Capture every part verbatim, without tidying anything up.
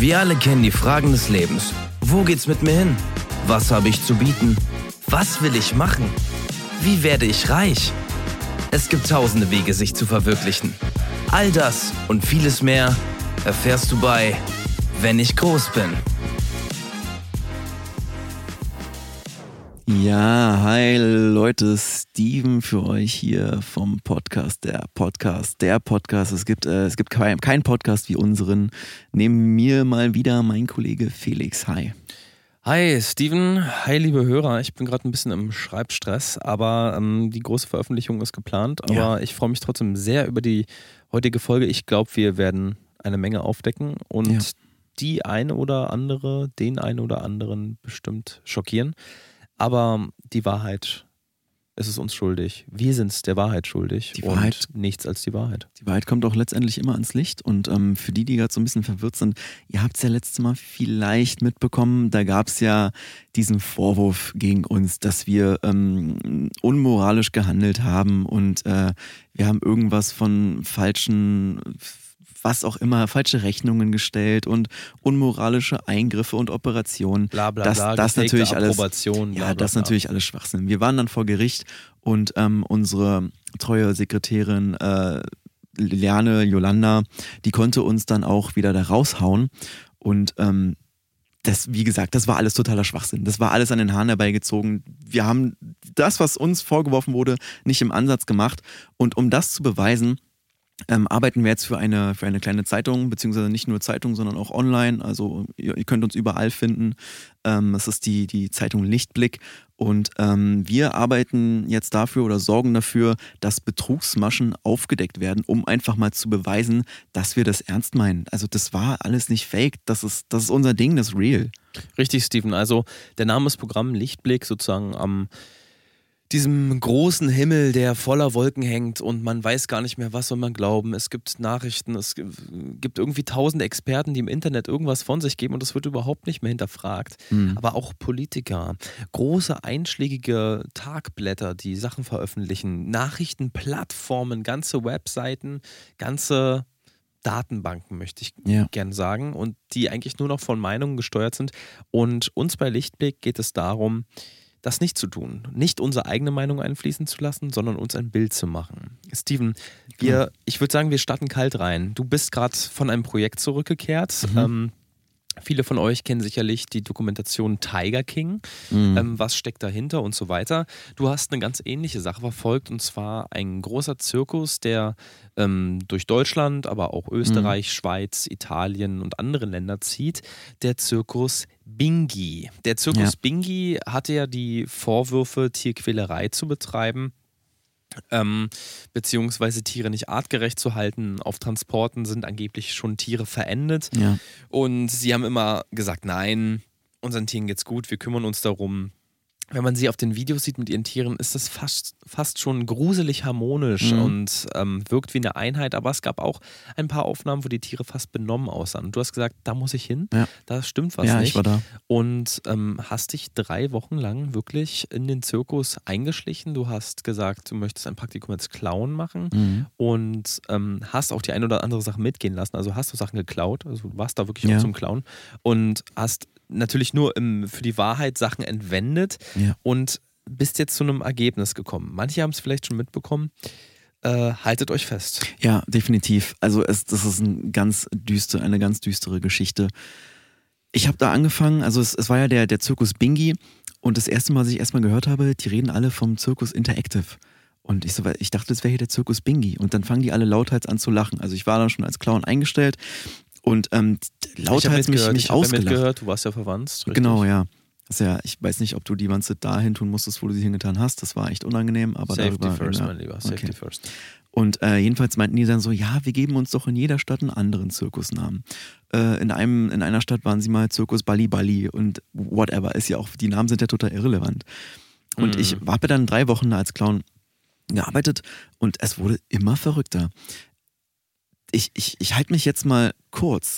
Wir alle kennen die Fragen des Lebens. Wo geht's mit mir hin? Was habe ich zu bieten? Was will ich machen? Wie werde ich reich? Es gibt tausende Wege, sich zu verwirklichen. All das und vieles mehr erfährst du bei Wenn ich groß bin. Ja, hi Leute, Steven für euch hier vom Podcast, der Podcast, der Podcast. Es gibt, äh, es gibt keinen kein Podcast wie unseren. Neben mir mal wieder mein Kollege Felix. Hi. Hi Steven, hi liebe Hörer. Ich bin gerade ein bisschen im Schreibstress, aber ähm, die große Veröffentlichung ist geplant. Aber Ja. ich freue mich trotzdem sehr über die heutige Folge. Ich glaube, wir werden eine Menge aufdecken und Ja. die eine oder andere, den einen oder anderen bestimmt schockieren. Aber die Wahrheit ist es uns schuldig. Wir sind es der Wahrheit schuldig Die Wahrheit- und nichts als die Wahrheit. Die Wahrheit kommt auch letztendlich immer ans Licht und ähm, für die, die gerade so ein bisschen verwirrt sind, ihr habt es ja letztes Mal vielleicht mitbekommen, da gab es ja diesen Vorwurf gegen uns, dass wir ähm, unmoralisch gehandelt haben und äh, wir haben irgendwas von falschen, was auch immer, falsche Rechnungen gestellt und unmoralische Eingriffe und Operationen. Bla bla das, bla, das gefakte natürlich alles, Approbation, bla, ja, bla, das bla. natürlich alles Schwachsinn. Wir waren dann vor Gericht und ähm, unsere treue Sekretärin äh, Liane, Jolanda, die konnte uns dann auch wieder da raushauen und ähm, das, wie gesagt, das war alles totaler Schwachsinn. Das war alles an den Haaren herbeigezogen. Wir haben das, was uns vorgeworfen wurde, nicht im Ansatz gemacht und um das zu beweisen, Ähm, arbeiten wir jetzt für eine, für eine kleine Zeitung, beziehungsweise nicht nur Zeitung, sondern auch online. Also ihr, ihr könnt uns überall finden. Ähm, das ist die, die Zeitung Lichtblick. Und ähm, wir arbeiten jetzt dafür oder sorgen dafür, dass Betrugsmaschen aufgedeckt werden, um einfach mal zu beweisen, dass wir das ernst meinen. Also das war alles nicht fake. Das ist, das ist unser Ding, das ist real. Richtig, Steven. Also der Name des Programms Lichtblick sozusagen am diesem großen Himmel, der voller Wolken hängt und man weiß gar nicht mehr, was soll man glauben. Es gibt Nachrichten, es gibt irgendwie tausende Experten, die im Internet irgendwas von sich geben und das wird überhaupt nicht mehr hinterfragt. Mhm. Aber auch Politiker, große einschlägige Tagblätter, die Sachen veröffentlichen, Nachrichtenplattformen, ganze Webseiten, ganze Datenbanken, möchte ich Ja. gern sagen, und die eigentlich nur noch von Meinungen gesteuert sind. Und uns bei Lichtblick geht es darum, das nicht zu tun, nicht unsere eigene Meinung einfließen zu lassen, sondern uns ein Bild zu machen. Steven, wir, ich würde sagen, wir starten kalt rein. Du bist gerade von einem Projekt zurückgekehrt. Mhm. Ähm, viele von euch kennen sicherlich die Dokumentation Tiger King. Mhm. Ähm, was steckt dahinter und so weiter. Du hast eine ganz ähnliche Sache verfolgt und zwar ein großer Zirkus, der ähm, durch Deutschland, aber auch Österreich, Mhm. Schweiz, Italien und andere Länder zieht. Der Zirkus Bingi. Der Zirkus Ja. Bingi hatte ja die Vorwürfe, Tierquälerei zu betreiben. Ähm, beziehungsweise Tiere nicht artgerecht zu halten. Auf Transporten sind angeblich schon Tiere verendet. Ja. Und sie haben immer gesagt, nein, unseren Tieren geht's gut, wir kümmern uns darum. Wenn man sie auf den Videos sieht mit ihren Tieren, ist das fast, fast schon gruselig harmonisch Mhm. und ähm, wirkt wie eine Einheit. Aber es gab auch ein paar Aufnahmen, wo die Tiere fast benommen aussahen. Und du hast gesagt, da muss ich hin, Ja. da stimmt was Ja, nicht. ich war da. Und ähm, hast dich drei Wochen lang wirklich in den Zirkus eingeschlichen. Du hast gesagt, du möchtest ein Praktikum als Clown machen Mhm. und ähm, hast auch die eine oder andere Sache mitgehen lassen. Also hast du Sachen geklaut, also du warst da wirklich Ja. auch zum Clown und hast natürlich nur im, für die Wahrheit Sachen entwendet Ja. und bist jetzt zu einem Ergebnis gekommen. Manche haben es vielleicht schon mitbekommen. Äh, haltet euch fest. Ja, definitiv. Also es, das ist ein ganz düster, eine ganz düstere Geschichte. Ich habe da angefangen, also es, es war ja der, der Zirkus Bingi und das erste Mal, als ich erstmal gehört habe, die reden alle vom Zirkus Interactive. Und ich, so, ich dachte, das wäre hier der Zirkus Bingi. Und dann fangen die alle lauthals an zu lachen. Also ich war da schon als Clown eingestellt und ähm, lauthals mich, mich ich habe ausgelacht. mitgehört, du warst ja verwandt. Richtig? Genau, ja. Das ist ja. Ich weiß nicht, ob du die Wanze dahin tun musstest, wo du sie hingetan hast. Das war echt unangenehm. Aber Safety darüber, first, ja. mein Lieber, Safety Okay. first. Und äh, jedenfalls meinten die dann so, ja, wir geben uns doch in jeder Stadt einen anderen Zirkusnamen. Äh, in, einem, in einer Stadt waren sie mal Zirkus Bali Bali und whatever. Ist ja auch, die Namen sind ja total irrelevant. Und Mhm. ich habe dann drei Wochen da als Clown gearbeitet und es wurde immer verrückter. Ich, ich, ich halte mich jetzt mal kurz.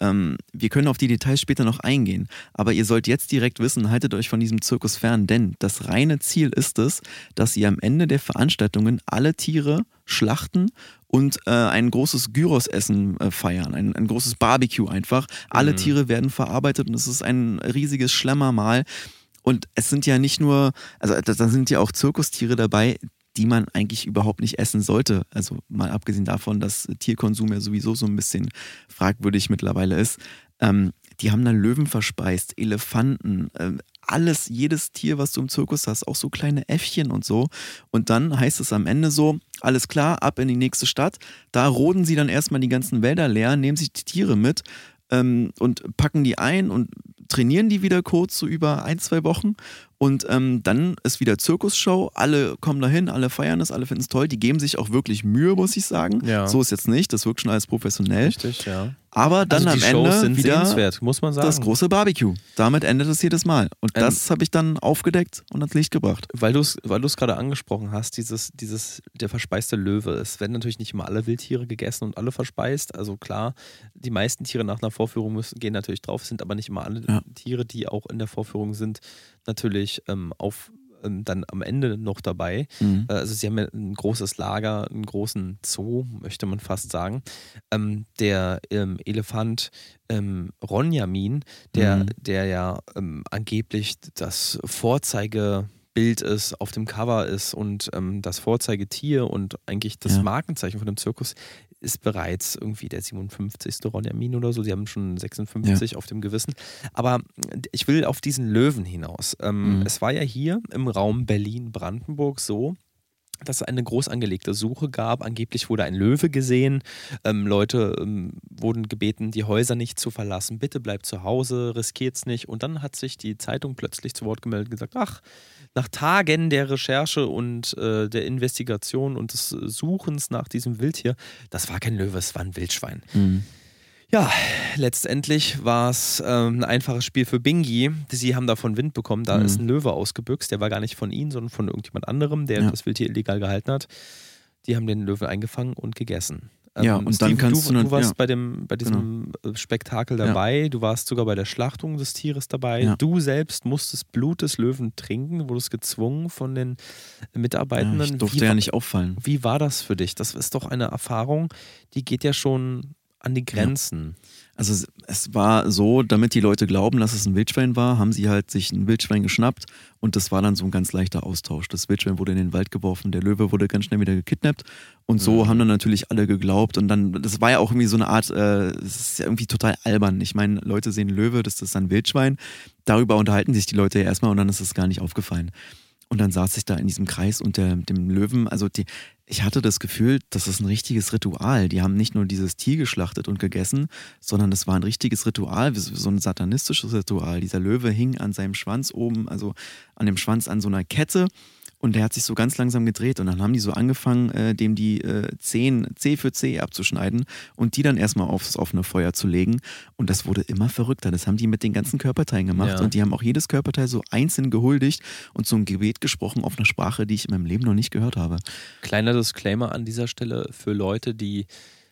ähm, wir können auf die Details später noch eingehen, aber ihr sollt jetzt direkt wissen, haltet euch von diesem Zirkus fern, denn das reine Ziel ist es, dass ihr am Ende der Veranstaltungen alle Tiere schlachten und äh, ein großes Gyros-Essen äh, feiern, ein, ein großes Barbecue einfach. Alle Mhm. Tiere werden verarbeitet und es ist ein riesiges Schlemmermahl. Und es sind ja nicht nur, also da, da sind ja auch Zirkustiere dabei, die man eigentlich überhaupt nicht essen sollte. Also mal abgesehen davon, dass Tierkonsum ja sowieso so ein bisschen fragwürdig mittlerweile ist. Ähm, die haben dann Löwen verspeist, Elefanten, ähm, alles, jedes Tier, was du im Zirkus hast, auch so kleine Äffchen und so. Und dann heißt es am Ende so, alles klar, ab in die nächste Stadt. Da roden sie dann erstmal die ganzen Wälder leer, nehmen sich die Tiere mit ähm, und packen die ein und trainieren die wieder kurz, so über ein, zwei Wochen. Und ähm, dann ist wieder Zirkusshow, alle kommen dahin, alle feiern es, alle finden es toll. Die geben sich auch wirklich Mühe, muss ich sagen. Ja. So ist jetzt nicht, das wirkt schon alles professionell. Richtig, ja. Aber dann Also die am Shows Ende sind wieder sehenswert, muss man sagen. das große Barbecue. Damit endet es jedes Mal. Und Ähm, das habe ich dann aufgedeckt und ans Licht gebracht. Weil du es weil du es gerade angesprochen hast, dieses, dieses, der verspeiste Löwe. Es werden natürlich nicht immer alle Wildtiere gegessen und alle verspeist. Also klar, die meisten Tiere nach einer Vorführung müssen, gehen natürlich drauf, sind aber nicht immer alle Ja. Tiere, die auch in der Vorführung sind, natürlich ähm, auf ähm, dann am Ende noch dabei. Mhm. Äh, Also sie haben ja ein großes Lager, einen großen Zoo, möchte man fast sagen. Ähm, der ähm, Elefant ähm, Ronjamin, der, Mhm. der ja ähm, angeblich das Vorzeigebild ist, auf dem Cover ist und ähm, das Vorzeigetier und eigentlich das Ja. Markenzeichen von dem Zirkus ist bereits irgendwie der siebenundfünfzigste Ronjamin oder so. Die haben schon sechsundfünfzig auf dem Gewissen. Aber ich will auf diesen Löwen hinaus. Ähm, Mhm. Es war ja hier im Raum Berlin-Brandenburg so, dass es eine groß angelegte Suche gab. Angeblich wurde ein Löwe gesehen. Ähm, Leute ähm, wurden gebeten, die Häuser nicht zu verlassen. Bitte bleibt zu Hause, riskiert's nicht. Und dann hat sich die Zeitung plötzlich zu Wort gemeldet und gesagt, ach, nach Tagen der Recherche und äh, der Investigation und des Suchens nach diesem Wildtier, das war kein Löwe, es war ein Wildschwein. Mhm. Ja, letztendlich war es ähm, ein einfaches Spiel für Bingi. Sie haben davon Wind bekommen, da Mhm. ist ein Löwe ausgebüxt. Der war gar nicht von ihnen, sondern von irgendjemand anderem, der Ja. das Wildtier illegal gehalten hat. Die haben den Löwen eingefangen und gegessen. Ja, und dann kannst du, du dann- du warst ja. bei, dem, bei diesem äh, Spektakel Ja. dabei, du warst sogar bei der Schlachtung des Tieres dabei. Ja. Du selbst musstest Blut des Löwen trinken, wurdest gezwungen von den Ja, Mitarbeitenden. ich durfte Wie ja war- nicht auffallen. Wie war das für dich? Das ist doch eine Erfahrung, die geht ja schon an die Grenzen. Also es, es war so, damit die Leute glauben, dass es ein Wildschwein war, haben sie halt sich ein Wildschwein geschnappt und das war dann so ein ganz leichter Austausch. Das Wildschwein wurde in den Wald geworfen, der Löwe wurde ganz schnell wieder gekidnappt und so Mhm. haben dann natürlich alle geglaubt und dann, das war ja auch irgendwie so eine Art, äh, es ist ja irgendwie total albern. Ich meine, Leute sehen Löwe, das ist dann Wildschwein, darüber unterhalten sich die Leute ja erstmal und dann ist es gar nicht aufgefallen. Und dann saß ich da in diesem Kreis unter dem Löwen. Also die, ich hatte das Gefühl, das ist ein richtiges Ritual. Die haben nicht nur dieses Tier geschlachtet und gegessen, sondern das war ein richtiges Ritual, so ein satanistisches Ritual. Dieser Löwe hing an seinem Schwanz oben, also an dem Schwanz an so einer Kette. Und der hat sich so ganz langsam gedreht und dann haben die so angefangen, äh, dem die äh, Zehen Zeh für Zeh abzuschneiden und die dann erstmal aufs offene Feuer zu legen. Und das wurde immer verrückter. Das haben die mit den ganzen Körperteilen gemacht Ja. und die haben auch jedes Körperteil so einzeln gehuldigt und so ein Gebet gesprochen auf einer Sprache, die ich in meinem Leben noch nicht gehört habe. Kleiner Disclaimer an dieser Stelle für Leute, die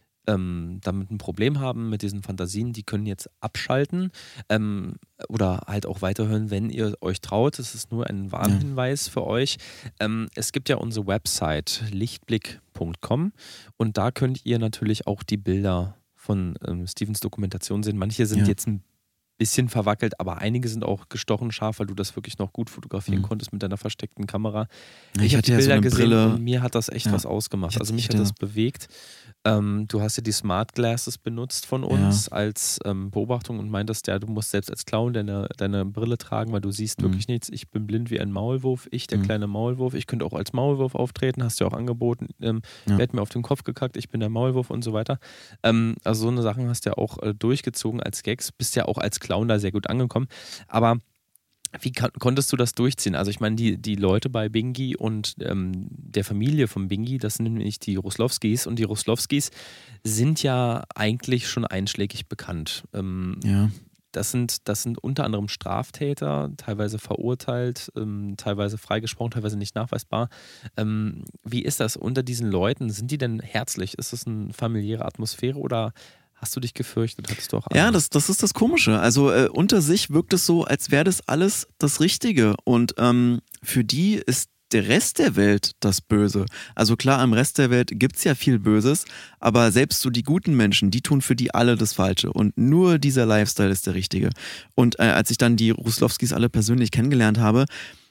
ähm, damit ein Problem haben mit diesen Fantasien, die können jetzt abschalten ähm, oder halt auch weiterhören, wenn ihr euch traut. Das ist nur ein Warnhinweis für euch. Ähm, es gibt ja unsere Website lichtblick punkt com und da könnt ihr natürlich auch die Bilder von ähm, Stevens Dokumentation sehen. Manche sind Ja. jetzt ein bisschen verwackelt, aber einige sind auch gestochen scharf, weil du das wirklich noch gut fotografieren Mhm. konntest mit deiner versteckten Kamera. Ja, Ich, ich habe die hatte ja so Bilder eine gesehen Brille. und mir hat das echt Ja. was ausgemacht. Ich Also hatte- mich ich hat das hatte- bewegt. Ähm, du hast ja die Smart Glasses benutzt von uns als ähm, Beobachtung und meintest ja, du musst selbst als Clown deine, deine Brille tragen, weil du siehst Mhm. wirklich nichts. Ich bin blind wie ein Maulwurf. Ich, der Mhm. kleine Maulwurf. Ich könnte auch als Maulwurf auftreten, hast du ja auch angeboten. Ähm, Ja. Wer hat mir auf den Kopf gekackt, ich bin der Maulwurf und so weiter. Ähm, also so eine Sachen hast du ja auch äh, durchgezogen als Gags, bist ja auch als Clown da sehr gut angekommen. Aber wie kann, konntest du das durchziehen? Also ich meine, die, die Leute bei Bingi und ähm, der Familie von Bingi, das sind nämlich die Ruslowskis und die Ruslowskis sind ja eigentlich schon einschlägig bekannt. Ähm, Ja. das, sind, das sind unter anderem Straftäter, teilweise verurteilt, ähm, teilweise freigesprochen, teilweise nicht nachweisbar. Ähm, wie ist das unter diesen Leuten? Sind die denn herzlich? Ist das eine familiäre Atmosphäre oder Hast du dich gefürchtet? Hattest du auch Angst? Ja, das, das ist das Komische. Also äh, unter sich wirkt es so, als wäre das alles das Richtige. Und ähm, für die ist der Rest der Welt das Böse. Also klar, im Rest der Welt gibt es ja viel Böses, aber selbst so die guten Menschen, die tun für die alle das Falsche. Und nur dieser Lifestyle ist der richtige. Und äh, als ich dann die Ruslowskis alle persönlich kennengelernt habe,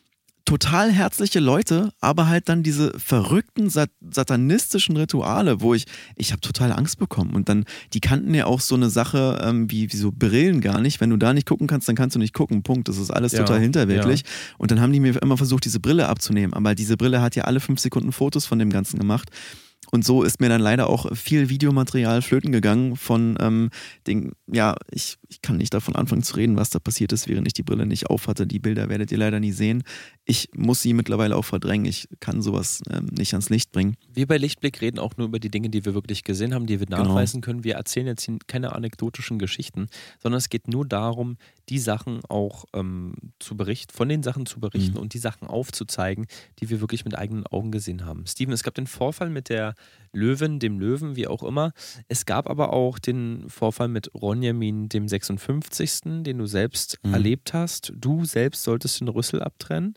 total herzliche Leute, aber halt dann diese verrückten sat- satanistischen Rituale, wo ich, ich habe total Angst bekommen. Und dann, die kannten ja auch so eine Sache ähm, wie, wie so Brillen gar nicht. Wenn du da nicht gucken kannst, dann kannst du nicht gucken. Punkt. Das ist alles Ja, total hinterweltlich. ja. Und dann haben die mir immer versucht, diese Brille abzunehmen. Aber diese Brille hat ja alle fünf Sekunden Fotos von dem Ganzen gemacht. Und so ist mir dann leider auch viel Videomaterial flöten gegangen von ähm, den, ja, ich, ich kann nicht davon anfangen zu reden, was da passiert ist, während ich die Brille nicht aufhatte. Die Bilder werdet ihr leider nie sehen. Ich muss sie mittlerweile auch verdrängen. Ich kann sowas ähm, nicht ans Licht bringen. Wir bei Lichtblick reden auch nur über die Dinge, die wir wirklich gesehen haben, die wir Genau. nachweisen können. Wir erzählen jetzt hier keine anekdotischen Geschichten, sondern es geht nur darum, die Sachen auch ähm, zu berichten, von den Sachen zu berichten Mhm. und die Sachen aufzuzeigen, die wir wirklich mit eigenen Augen gesehen haben. Steven, es gab den Vorfall mit der Löwin, dem Löwen, wie auch immer. Es gab aber auch den Vorfall mit Ronjamin, dem sechsundfünfzigsten, den du selbst Mhm. erlebt hast. Du selbst solltest den Rüssel abtrennen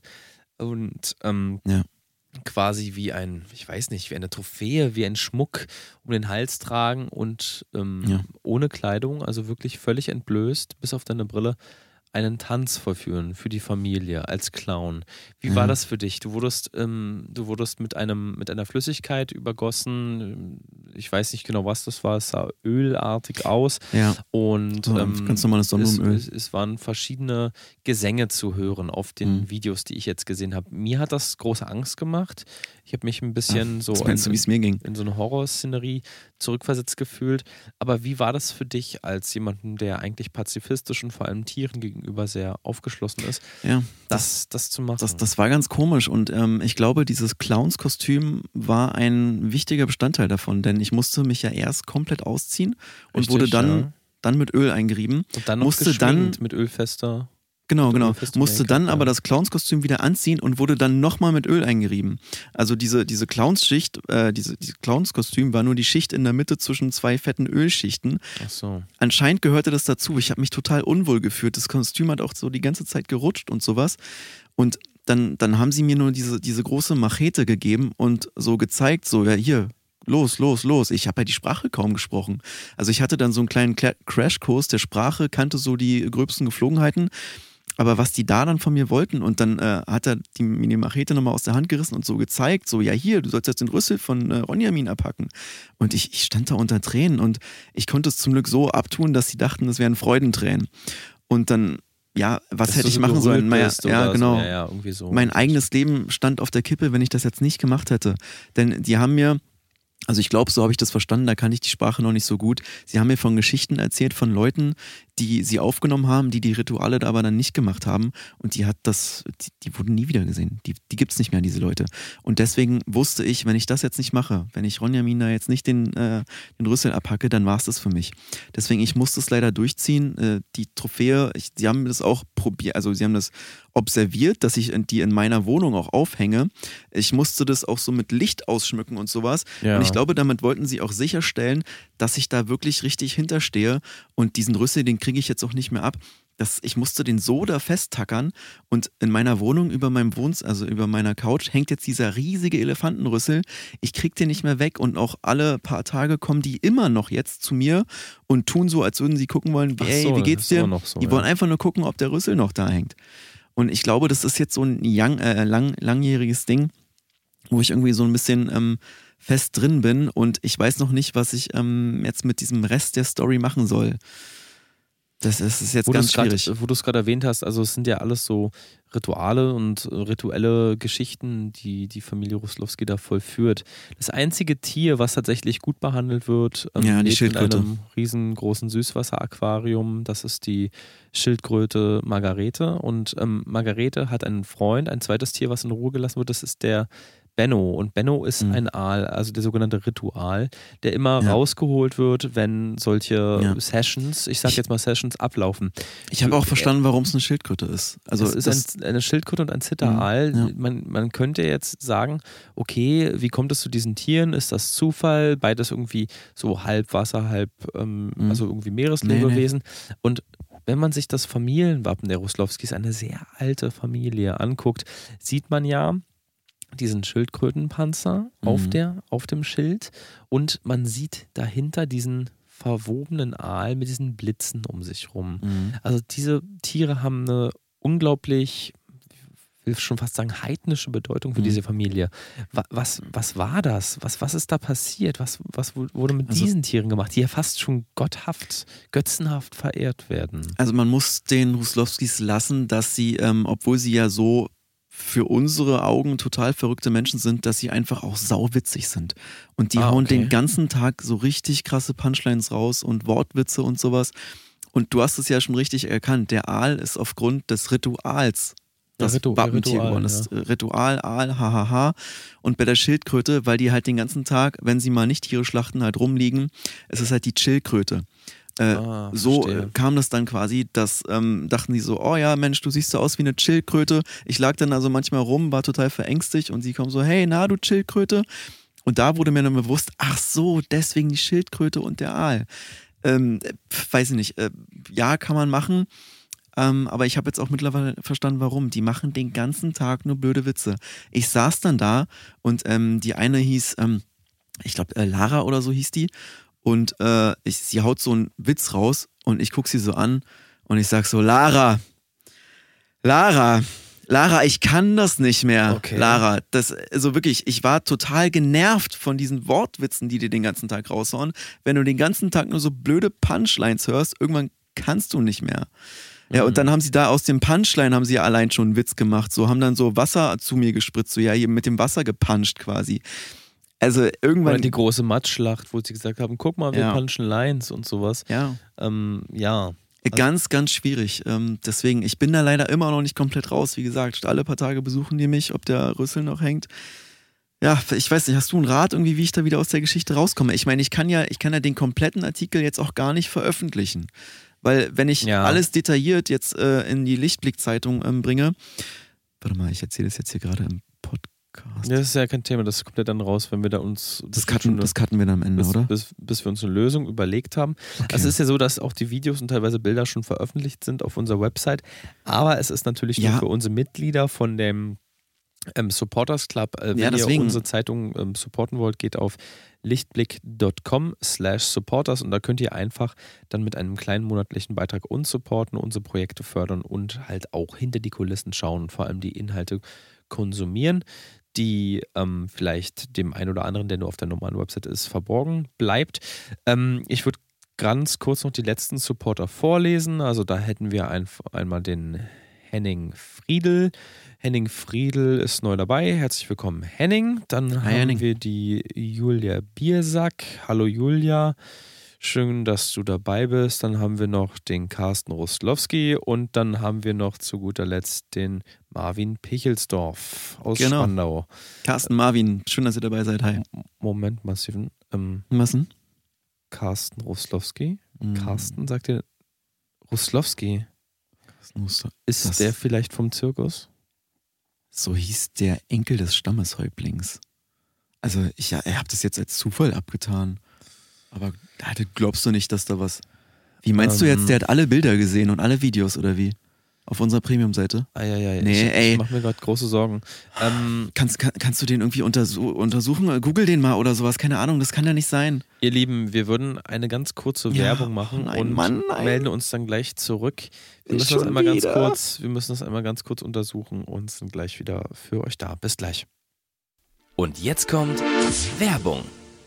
und ähm, Ja. quasi wie ein, ich weiß nicht, wie eine Trophäe, wie ein Schmuck um den Hals tragen und ähm, Ja. ohne Kleidung, also wirklich völlig entblößt, bis auf deine Brille, einen Tanz vollführen für die Familie als Clown. Wie Ja. war das für dich? Du wurdest, ähm, du wurdest mit einem, mit einer Flüssigkeit übergossen. Ich weiß nicht genau, was das war. Es sah ölartig aus. Ja. Und So, ähm, ganz normales Sonnenblumenöl. es, es, es waren verschiedene Gesänge zu hören auf den Mhm. Videos, die ich jetzt gesehen habe. Mir hat das große Angst gemacht. Ich habe mich ein bisschen so Was meinst du, in, wie es mir ging? in so eine Horrorszenerie zurückversetzt gefühlt. Aber wie war das für dich als jemanden, der eigentlich pazifistisch und vor allem Tieren gegenüber sehr aufgeschlossen ist, Ja. das, das zu machen? Das, das war ganz komisch und ähm, ich glaube, dieses Clownskostüm war ein wichtiger Bestandteil davon, denn ich musste mich ja erst komplett ausziehen und Richtig, wurde dann, ja. dann mit Öl eingerieben. Und dann noch musste dann- geschminkt mit ölfester. Genau, Mit genau. ölfestem Musste Make-up, dann ja. aber das Clownskostüm wieder anziehen und wurde dann nochmal mit Öl eingerieben. Also diese, diese Clownsschicht, äh, diese, dieses Clownskostüm war nur die Schicht in der Mitte zwischen zwei fetten Ölschichten. Ach so. Anscheinend gehörte das dazu. Ich habe mich total unwohl gefühlt. Das Kostüm hat auch so die ganze Zeit gerutscht und sowas. Und dann, dann haben sie mir nur diese, diese große Machete gegeben und so gezeigt, so, ja, hier, los, los, los. Ich habe ja die Sprache kaum gesprochen. Also ich hatte dann so einen kleinen Kla- Crashkurs der Sprache, kannte so die gröbsten Geflogenheiten. Aber was die da dann von mir wollten und dann äh, hat er die, mir die Machete nochmal aus der Hand gerissen und so gezeigt, so, ja hier, du sollst jetzt den Rüssel von äh, Ronjamin abhacken. Und ich, ich stand da unter Tränen und ich konnte es zum Glück so abtun, dass sie dachten, es wären Freudentränen. Und dann, ja, was Dass hätte du ich so machen gerührt sollen? Mein, bist ja, oder genau. So. Ja, ja, irgendwie so. Mein eigenes Leben stand auf der Kippe, wenn ich das jetzt nicht gemacht hätte. Denn die haben mir, also ich glaube, so habe ich das verstanden, da kann ich die Sprache noch nicht so gut. Sie haben mir von Geschichten erzählt von Leuten, die sie aufgenommen haben, die die Rituale da aber dann nicht gemacht haben und die hat das, die, die wurden nie wieder gesehen. Die, die gibt es nicht mehr, diese Leute. Und deswegen wusste ich, wenn ich das jetzt nicht mache, wenn ich Ronjamin da jetzt nicht den, äh, den Rüssel abhacke, dann war es das für mich. Deswegen, ich musste es leider durchziehen. Äh, die Trophäe, ich, sie haben das auch probiert, also sie haben das observiert, dass ich die in meiner Wohnung auch aufhänge. Ich musste das auch so mit Licht ausschmücken und sowas. Ja. Und ich glaube, damit wollten sie auch sicherstellen, dass ich da wirklich richtig hinterstehe und diesen Rüssel, den kriege ich jetzt auch nicht mehr ab. Das, ich musste den so da festtackern und in meiner Wohnung über meinem Wohnz, also über meiner Couch, hängt jetzt dieser riesige Elefantenrüssel. Ich krieg den nicht mehr weg und auch alle paar Tage kommen die immer noch jetzt zu mir und tun so, als würden sie gucken wollen, Ach ey, so, wie das geht's ist dir? immer noch so, die ja. wollen einfach nur gucken, ob der Rüssel noch da hängt. Und ich glaube, das ist jetzt so ein young, äh, lang, langjähriges Ding, wo ich irgendwie so ein bisschen ähm, fest drin bin und ich weiß noch nicht, was ich ähm, jetzt mit diesem Rest der Story machen soll. Das ist, das ist jetzt Wo ganz du's grad- schwierig. Wo du es gerade erwähnt hast, also es sind ja alles so Rituale und äh, rituelle Geschichten, die die Familie Ruslowski da vollführt. Das einzige Tier, was tatsächlich gut behandelt wird, ähm, Ja, die lebt in Schildkröte. einem riesengroßen Süßwasseraquarium. Das ist die Schildkröte Margarete. Und ähm, Margarete hat einen Freund, ein zweites Tier, was in Ruhe gelassen wird. Das ist der Benno. Und Benno ist Mhm. ein Aal, also der sogenannte Ritual, der immer Ja. rausgeholt wird, wenn solche Ja. Sessions, ich sag Ich- jetzt mal Sessions, ablaufen. Ich habe auch verstanden, warum es eine Schildkröte ist. Also es ist das, ein, eine Schildkröte und ein Zitteraal. Mhm, ja. Man, man könnte jetzt sagen, okay, wie kommt es zu diesen Tieren? Ist das Zufall? Beides irgendwie so halb Wasser, halb, ähm, Mhm. also irgendwie Meereslebewesen. Und wenn man sich das Familienwappen der Ruslowskis, eine sehr alte Familie, anguckt, sieht man ja diesen Schildkrötenpanzer Mhm. auf, der, auf dem Schild und man sieht dahinter diesen verwobenen Aal mit diesen Blitzen um sich rum. Mhm. Also diese Tiere haben eine unglaublich, ich will schon fast sagen, heidnische Bedeutung für Mhm. diese Familie. Wa- Was, was war das? Was, was ist da passiert? Was, was wurde mit Also- diesen Tieren gemacht, die ja fast schon gotthaft, götzenhaft verehrt werden? Also man muss den Ruslowskis lassen, dass sie, ähm, obwohl sie ja so für unsere Augen total verrückte Menschen sind, dass sie einfach auch sauwitzig sind. Und die Ah, hauen okay. den ganzen Tag so richtig krasse Punchlines raus und Wortwitze und sowas. Und du hast es ja schon richtig erkannt, der Aal ist aufgrund des Rituals das Ja, Ritu- Wappentier Ritual, geworden. Das Ritual, Aal, hahaha. Und bei der Schildkröte, weil die halt den ganzen Tag, wenn sie mal nicht Tiere schlachten, halt rumliegen, es ist halt die Chillkröte. Äh, Ah, so verstehe. äh, kam das dann quasi, dass ähm, dachten die so, oh ja, Mensch, du siehst so aus wie eine Chillkröte. Ich lag dann also manchmal rum, war total verängstigt und sie kommen so, hey, na du Chillkröte. Und da wurde mir dann bewusst, ach so, deswegen die Schildkröte und der Aal. Ähm, pf, weiß ich nicht, äh, ja, kann man machen. Ähm, aber ich habe jetzt auch mittlerweile verstanden, warum. Die machen den ganzen Tag nur blöde Witze. Ich saß dann da und ähm, die eine hieß, ähm, ich glaube, äh, Lara oder so hieß die. Und äh, ich, sie haut so einen Witz raus und ich gucke sie so an und ich sag so, Lara, Lara, Lara, ich kann das nicht mehr. Okay. Lara, das, also wirklich, ich war total genervt von diesen Wortwitzen, die dir den ganzen Tag raushauen. Wenn du den ganzen Tag nur so blöde Punchlines hörst, irgendwann kannst du nicht mehr. Ja, und dann haben sie da aus dem Punchline haben sie ja allein schon einen Witz gemacht, so haben dann so Wasser zu mir gespritzt, so ja, hier mit dem Wasser gepuncht quasi. Also irgendwann. Oder die große Matschschlacht, wo sie gesagt haben, guck mal, wir Ja. punchen Lines und sowas. Ja. Ähm, ja. Ganz, ganz schwierig. Ähm, deswegen, ich bin da leider immer noch nicht komplett raus. Wie gesagt, alle paar Tage besuchen die mich, ob der Rüssel noch hängt. Ja, ich weiß nicht, hast du einen Rat irgendwie, wie ich da wieder aus der Geschichte rauskomme? Ich meine, ich kann ja, ich kann ja den kompletten Artikel jetzt auch gar nicht veröffentlichen. Weil wenn ich Ja. alles detailliert jetzt äh, in die Lichtblick-Zeitung ähm, bringe, warte mal, ich erzähle das jetzt hier gerade im Podcast. Das ist ja kein Thema, das ist komplett dann raus, wenn wir da uns Das cutten, das cutten wir dann am Ende, bis, oder? bis, bis wir uns eine Lösung überlegt haben. Okay. Also es ist ja so, dass auch die Videos und teilweise Bilder schon veröffentlicht sind auf unserer Website, aber es ist natürlich Ja. nur für unsere Mitglieder von dem ähm, Supporters Club. Äh, wenn Ja, ihr deswegen. unsere Zeitung ähm, supporten wollt, geht auf lichtblick.com slash supporters und da könnt ihr einfach dann mit einem kleinen monatlichen Beitrag uns supporten, unsere Projekte fördern und halt auch hinter die Kulissen schauen und vor allem die Inhalte konsumieren, die ähm, vielleicht dem einen oder anderen, der nur auf der normalen Website ist, verborgen bleibt. Ähm, ich würde ganz kurz noch die letzten Supporter vorlesen. Also da hätten wir ein, einmal den Henning Friedl. Henning Friedl ist neu dabei. Herzlich willkommen, Henning. Dann Hi, haben Henning. wir die Julia Biersack. Hallo Julia. Schön, dass du dabei bist. Dann haben wir noch den Carsten Ruslowski und dann haben wir noch zu guter Letzt den Marvin Pichelsdorf aus Genau. Spandau. Carsten, Marvin, schön, dass ihr dabei seid. Hi. Moment mal, Steven. Ähm, Was denn? Carsten Ruslowski? Mhm. Carsten, sagt ihr Ruslowski? So Ist Das- der vielleicht vom Zirkus? hieß der Enkel des Stammeshäuptlings. Also ich ja, ich habe das jetzt als Zufall abgetan. Aber ah, du glaubst du nicht, dass da was... Wie meinst du Ähm. jetzt, der hat alle Bilder gesehen und alle Videos oder wie? Auf unserer Premium-Seite? Ah, ja, ja, Nee, ich, ey. ich mache mir gerade große Sorgen. Ähm, Kannst, kann, kannst du den irgendwie untersu untersuchen? Google den mal oder sowas. Keine Ahnung, das kann ja nicht sein. ihr Lieben, wir würden eine ganz kurze Ja, Werbung machen nein, und Mann, nein. melden uns dann gleich zurück. Wir Nicht müssen das schon einmal ganz wieder? kurz, wir müssen das einmal ganz kurz untersuchen und sind gleich wieder für euch da. Bis gleich. Und jetzt kommt Werbung.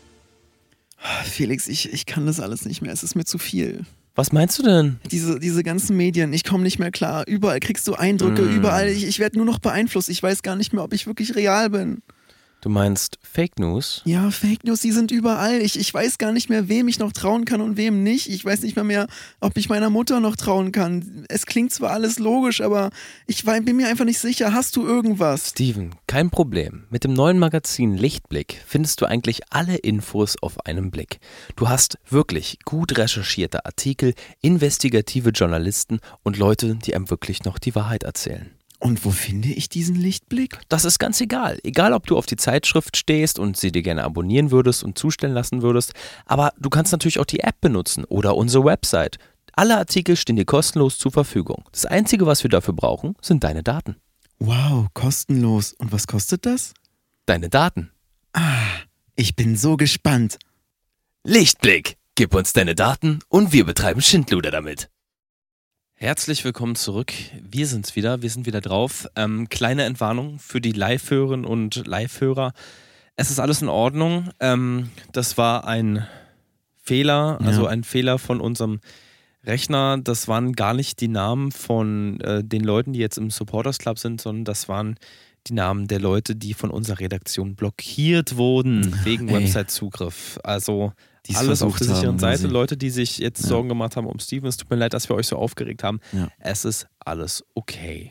Felix, ich, ich kann das alles nicht mehr. Es ist mir zu viel. Was meinst du denn? Diese, diese ganzen Medien, ich komme nicht mehr klar. Überall kriegst du Eindrücke, Mm. überall. Ich, ich werde nur noch beeinflusst. Ich weiß gar nicht mehr, ob ich wirklich real bin. Du meinst Fake News? Ja, Fake News, die sind überall. Ich, ich weiß gar nicht mehr, wem ich noch trauen kann und wem nicht. Ich weiß nicht mehr mehr, ob ich meiner Mutter noch trauen kann. Es klingt zwar alles logisch, aber ich bin mir einfach nicht sicher. Hast du irgendwas? Steven, kein Problem. Mit dem neuen Magazin Lichtblick findest du eigentlich alle Infos auf einen Blick. Du hast wirklich gut recherchierte Artikel, investigative Journalisten und Leute, die einem wirklich noch die Wahrheit erzählen. Und wo finde ich diesen Lichtblick? Das ist ganz egal. Egal, ob du auf die Zeitschrift stehst und sie dir gerne abonnieren würdest und zustellen lassen würdest. Aber du kannst natürlich auch die App benutzen oder unsere Website. Alle Artikel stehen dir kostenlos zur Verfügung. Das Einzige, was wir dafür brauchen, sind deine Daten. Wow, kostenlos. Und was kostet das? Deine Daten. Ah, ich bin so gespannt. Lichtblick. Gib uns deine Daten und wir betreiben Schindluder damit. Herzlich willkommen zurück. Wir sind's wieder, wir sind wieder drauf. Ähm, kleine Entwarnung für die Live-Hörerinnen und Live-Hörer. Es ist alles in Ordnung. Ähm, das war ein Fehler, also Ja. ein Fehler von unserem Rechner. Das waren gar nicht die Namen von äh, den Leuten, die jetzt im Supporters Club sind, sondern das waren die Namen der Leute, die von unserer Redaktion blockiert wurden wegen Ey. Website-Zugriff. Also Die es alles auf versucht der sicheren haben, Seite. quasi. Leute, die sich jetzt Ja. Sorgen gemacht haben um Steven. Es tut mir leid, dass wir euch so aufgeregt haben. Ja. Es ist alles okay.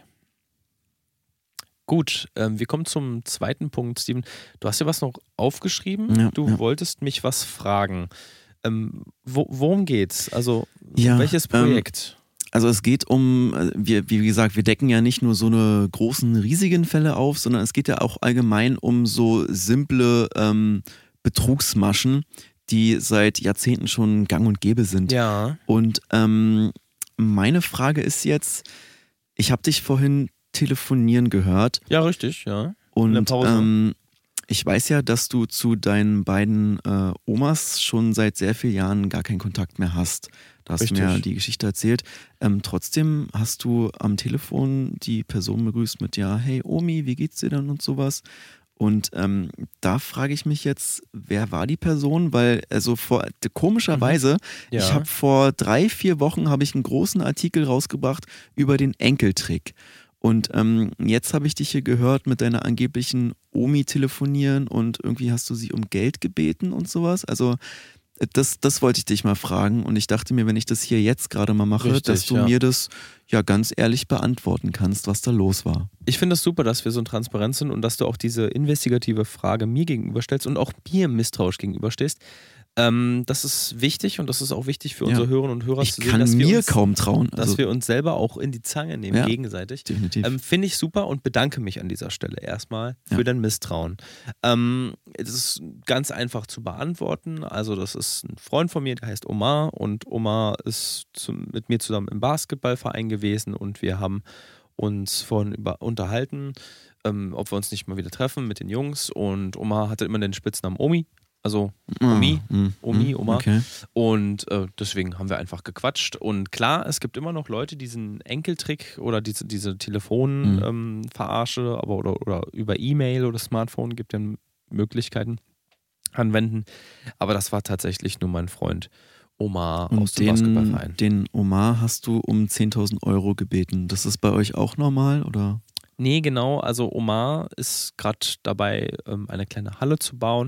Gut, ähm, wir kommen zum zweiten Punkt, Steven. Du hast ja was noch aufgeschrieben. Ja, du ja. wolltest mich was fragen. Ähm, wo, worum geht's? Also, Ja, um welches ähm, Projekt? Also es geht um, äh, wir, wie gesagt, wir decken ja nicht nur so eine großen, riesigen Fälle auf, sondern es geht ja auch allgemein um so simple ähm, Betrugsmaschen, die seit Jahrzehnten schon gang und gäbe sind. Ja. Und ähm, meine Frage ist jetzt, ich habe dich vorhin telefonieren gehört Ja, richtig, ja. In der und Pause. ähm, ich weiß ja, dass du zu deinen beiden äh, Omas schon seit sehr vielen Jahren gar keinen Kontakt mehr hast. Da hast du mir Richtig. die Geschichte erzählt. Ähm, trotzdem hast du am Telefon die Person begrüßt mit, ja, hey Omi, wie geht's dir denn und sowas. Und ähm, da frage ich mich jetzt, wer war die Person? Weil, also vor, komischerweise, Ja. ich habe vor drei, vier Wochen habe ich einen großen Artikel rausgebracht über den Enkeltrick. Und ähm, jetzt habe ich dich hier gehört mit deiner angeblichen Omi telefonieren und irgendwie hast du sie um Geld gebeten und sowas. Also das, das wollte ich dich mal fragen und ich dachte mir, wenn ich das hier jetzt gerade mal mache, Richtig, dass du ja. mir das ja ganz ehrlich beantworten kannst, was da los war. Ich finde es super, dass wir so transparent sind und dass du auch diese investigative Frage mir gegenüberstellst und auch mir misstrauisch gegenüberstehst. Ähm, das ist wichtig und das ist auch wichtig für Ja. unsere Hörerinnen und Hörer Ich zu sehen, kann dass wir mir uns, kaum trauen. dass Also, wir uns selber auch in die Zange nehmen, Ja. gegenseitig. definitiv. Ähm, Finde ich super und bedanke mich an dieser Stelle erstmal für Ja. dein Misstrauen. Ähm, es ist ganz einfach zu beantworten. Also, das ist ein Freund von mir, der heißt Omar und Omar ist zum, mit mir zusammen im Basketballverein gewesen und wir haben uns vorhin über, unterhalten, ähm, ob wir uns nicht mal wieder treffen mit den Jungs und Omar hatte immer den Spitznamen Omi. Also Omi, Ah, mm, Omi, mm, Oma. Okay. Und äh, deswegen haben wir einfach gequatscht. Und klar, es gibt immer noch Leute, die diesen Enkeltrick oder diese, diese Mhm. Telefonverarsche, aber oder, oder über E-Mail oder Smartphone gibt ja Möglichkeiten anwenden. Aber das war tatsächlich nur mein Freund Omar aus Und dem Basketballverein. den, den Omar hast du um zehntausend Euro gebeten. Das ist bei euch auch normal, oder? Nee, genau. Also Omar ist gerade dabei, ähm, eine kleine Halle zu bauen.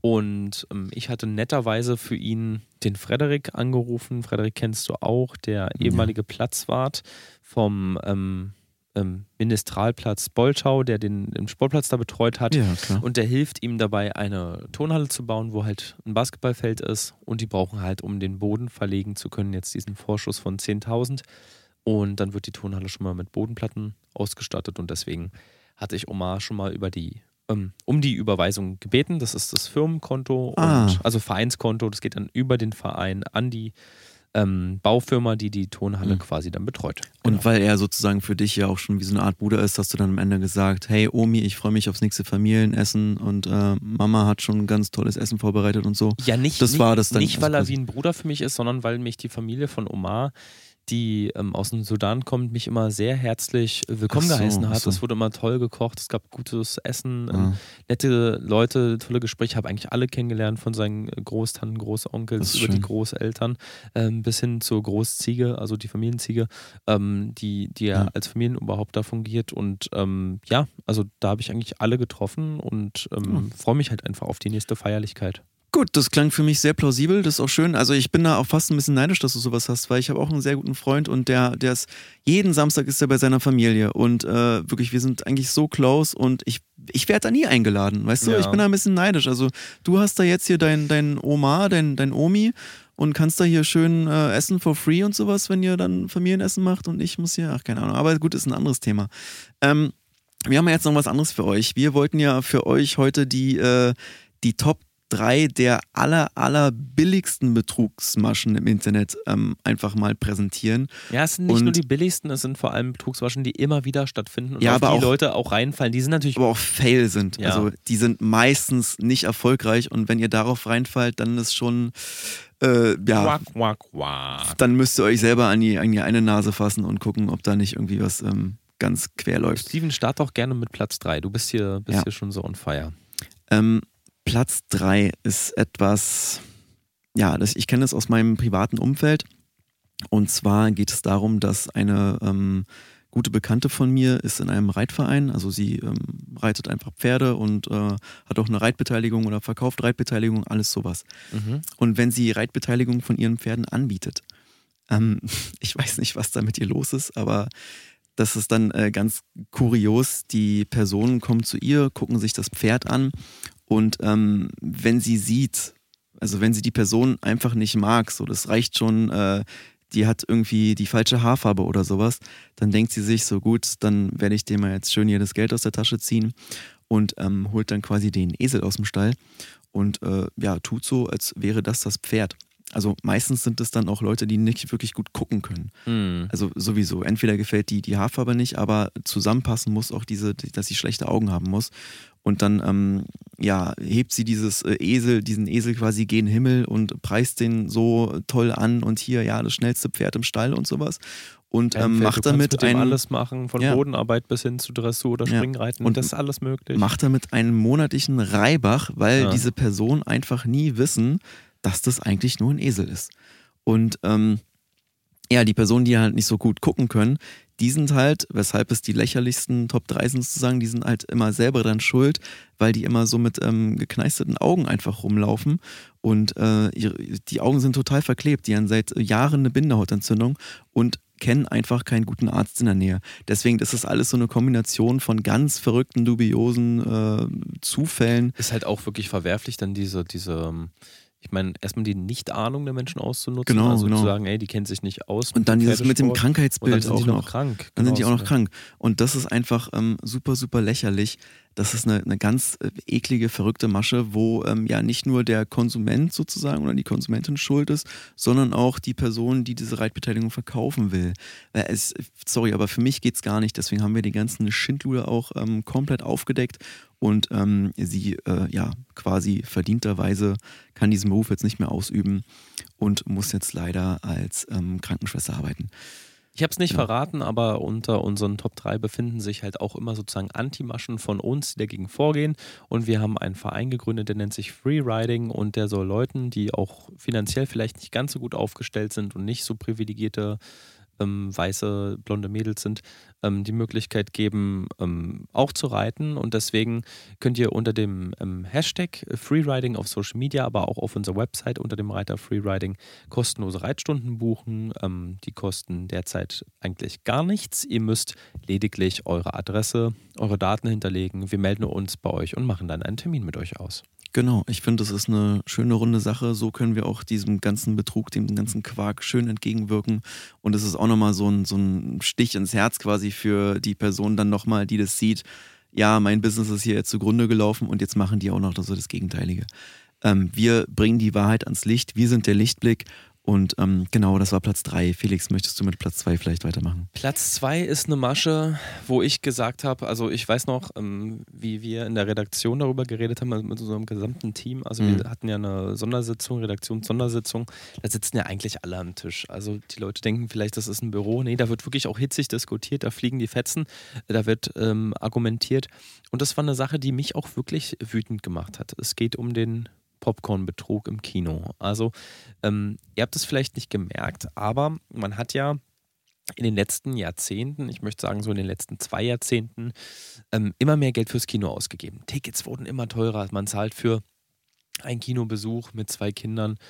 Und ähm, ich hatte netterweise für ihn den Frederik angerufen. Frederik kennst du auch, der ehemalige Platzwart vom ähm, ähm, Ministralplatz Boltau, der den, den Sportplatz da betreut hat. Ja, klar. Und der hilft ihm dabei, eine Turnhalle zu bauen, wo halt ein Basketballfeld ist. Und die brauchen halt, um den Boden verlegen zu können, jetzt diesen Vorschuss von zehntausend. Und dann wird die Turnhalle schon mal mit Bodenplatten ausgestattet. Und deswegen hatte ich Omar schon mal über die, ähm, um die Überweisung gebeten. Das ist das Firmenkonto, Ah. und, also Vereinskonto. Das geht dann über den Verein an die ähm, Baufirma, die die Turnhalle Mhm. quasi dann betreut. Und weil er sozusagen für dich ja auch schon wie so eine Art Bruder ist, hast du dann am Ende gesagt, hey Omi, ich freue mich aufs nächste Familienessen und äh, Mama hat schon ein ganz tolles Essen vorbereitet und so. Ja, nicht, Das nicht, war das dann nicht weil er quasi. wie ein Bruder für mich ist, sondern weil mich die Familie von Omar, die ähm, aus dem Sudan kommt, mich immer sehr herzlich willkommen Ach so, geheißen hat. ach so. Es wurde immer toll gekocht, es gab gutes Essen, ähm, Ah. nette Leute, tolle Gespräche. Ich habe eigentlich alle kennengelernt, von seinen Großtanten, Das Großonkels ist über die schön. Großeltern ähm, bis hin zur Großziege, also die Familienziege, ähm, die, die ja Ja. als Familienoberhaupt da fungiert. Und ähm, ja, also da habe ich eigentlich alle getroffen und ähm, freue mich halt einfach auf die nächste Feierlichkeit. Gut, das klang für mich sehr plausibel, das ist auch schön. Also ich bin da auch fast ein bisschen neidisch, dass du sowas hast, weil ich habe auch einen sehr guten Freund und der, der ist, jeden Samstag ist er bei seiner Familie und äh, wirklich, wir sind eigentlich so close und ich, ich werde da nie eingeladen, weißt du? Ja. Ich bin da ein bisschen neidisch. Also du hast da jetzt hier dein, dein Oma, dein, dein Omi und kannst da hier schön äh, essen for free und sowas, wenn ihr dann Familienessen macht und ich muss hier, ach keine Ahnung, aber gut, ist ein anderes Thema. Ähm, wir haben ja jetzt noch was anderes für euch. Wir wollten ja für euch heute die, äh, die Top drei der aller, aller billigsten Betrugsmaschen im Internet ähm, einfach mal präsentieren. Ja, es sind nicht Und- nur die billigsten, es sind vor allem Betrugsmaschen, die immer wieder stattfinden und Ja, auf aber die auch- Leute auch reinfallen. Die sind natürlich Aber auch fail sind. Ja. Also die sind meistens nicht erfolgreich und wenn ihr darauf reinfallt, dann ist schon, äh, ja, quack, quack, quack. dann müsst ihr euch selber an die, an die eine Nase fassen und gucken, ob da nicht irgendwie was ähm, ganz quer läuft. Steven, start doch gerne mit Platz drei. Du bist hier, bist Ja. hier schon so on fire. Ähm, Platz drei ist etwas, ja, das, ich kenne das aus meinem privaten Umfeld. Und zwar geht es darum, dass eine ähm, gute Bekannte von mir ist in einem Reitverein. Also sie ähm, reitet einfach Pferde und äh, hat auch eine Reitbeteiligung oder verkauft Reitbeteiligung, alles sowas. Mhm. Und wenn sie Reitbeteiligung von ihren Pferden anbietet, ähm, ich weiß nicht, was da mit ihr los ist, aber das ist dann äh, ganz kurios. Die Personen kommen zu ihr, gucken sich das Pferd an und ähm, wenn sie sieht, also wenn sie die Person einfach nicht mag, so das reicht schon, äh, die hat irgendwie die falsche Haarfarbe oder sowas, dann denkt sie sich so gut, dann werde ich dir mal jetzt schön hier das Geld aus der Tasche ziehen und ähm, holt dann quasi den Esel aus dem Stall und äh, ja, tut so, als wäre das das Pferd. Also meistens sind es dann auch Leute, die nicht wirklich gut gucken können. Mhm. Also sowieso, entweder gefällt die die Haarfarbe nicht, aber zusammenpassen muss auch diese, dass sie schlechte Augen haben muss. Und dann ähm, ja, hebt sie dieses äh, Esel, diesen Esel quasi gen Himmel und preist den so toll an und hier, ja, das schnellste Pferd im Stall und sowas. Und Dein ähm, Pferd, macht du kannst damit mit dem einen, alles machen, von Ja. Bodenarbeit bis hin zu Dressur oder Ja. Springreiten. Und das ist alles möglich. macht damit einen monatlichen Reibach, weil Ja. diese Personen einfach nie wissen, dass das eigentlich nur ein Esel ist. Und ähm, ja, die Personen, die halt nicht so gut gucken können, die sind halt, weshalb es die lächerlichsten Top drei sind sozusagen, die sind halt immer selber dran schuld, weil die immer so mit ähm, gekneisteten Augen einfach rumlaufen und äh, ihre, die Augen sind total verklebt, die haben seit Jahren eine Bindehautentzündung und kennen einfach keinen guten Arzt in der Nähe. Deswegen ist das alles so eine Kombination von ganz verrückten, dubiosen äh, Zufällen. Ist halt auch wirklich verwerflich, dann diese, diese, ähm, ich meine, erstmal die Nicht-Ahnung der Menschen auszunutzen. Genau, also genau. zu sagen, ey, die kennt sich nicht aus. Und dann dieses mit dem Pferdesport. Und dann Krankheitsbild sind auch die noch noch. krank. Dann sind die auch Genau noch so. krank. Und das ist einfach ähm, super, super lächerlich. Das ist eine, eine ganz äh, eklige, verrückte Masche, wo ähm, ja nicht nur der Konsument sozusagen oder die Konsumentin schuld ist, sondern auch die Person, die diese Reitbeteiligung verkaufen will. Weil es, sorry, aber für mich geht's gar nicht. Deswegen haben wir die ganzen Schindluder auch ähm, komplett aufgedeckt. Und ähm, sie äh, ja quasi verdienterweise kann diesen Beruf jetzt nicht mehr ausüben und muss jetzt leider als ähm, Krankenschwester arbeiten. Ich habe es nicht Ja. verraten, aber unter unseren Top drei befinden sich halt auch immer sozusagen Anti-Maschen von uns, die dagegen vorgehen. Und wir haben einen Verein gegründet, der nennt sich Freeriding und der soll Leuten, die auch finanziell vielleicht nicht ganz so gut aufgestellt sind und nicht so privilegierte ähm, weiße, blonde Mädels sind, ähm, die Möglichkeit geben, ähm, auch zu reiten. Und deswegen könnt ihr unter dem ähm, Hashtag Freeriding auf Social Media, aber auch auf unserer Website unter dem Reiter Freeriding kostenlose Reitstunden buchen. Ähm, die kosten derzeit eigentlich gar nichts. Ihr müsst lediglich eure Adresse, eure Daten hinterlegen. Wir melden uns bei euch und machen dann einen Termin mit euch aus. Genau, ich finde, das ist eine schöne runde Sache. So können wir auch diesem ganzen Betrug, dem ganzen Quark schön entgegenwirken. Und es ist auch nochmal so ein, so ein Stich ins Herz quasi für die Person dann nochmal, die das sieht. Ja, mein Business ist hier jetzt zugrunde gelaufen und jetzt machen die auch noch so das Gegenteilige. Ähm, wir bringen die Wahrheit ans Licht. Wir sind der Lichtblick Und ähm, genau, das war Platz drei. Felix, möchtest du mit Platz zwei vielleicht weitermachen? Platz zwei ist eine Masche, wo ich gesagt habe, also ich weiß noch, ähm, wie wir in der Redaktion darüber geredet haben, also mit unserem gesamten Team. Also Mhm. wir hatten ja eine Sondersitzung, Redaktionssondersitzung. Da sitzen ja eigentlich alle am Tisch. Also die Leute denken vielleicht, das ist ein Büro. Nee, da wird wirklich auch hitzig diskutiert, da fliegen die Fetzen, da wird ähm, argumentiert. Und das war eine Sache, die mich auch wirklich wütend gemacht hat. Es geht um den Popcorn-Betrug im Kino. Also ähm, ihr habt es vielleicht nicht gemerkt, aber man hat ja in den letzten Jahrzehnten, ich möchte sagen so in den letzten zwei Jahrzehnten, ähm, immer mehr Geld fürs Kino ausgegeben. Tickets wurden immer teurer. Man zahlt für einen Kinobesuch mit zwei Kindern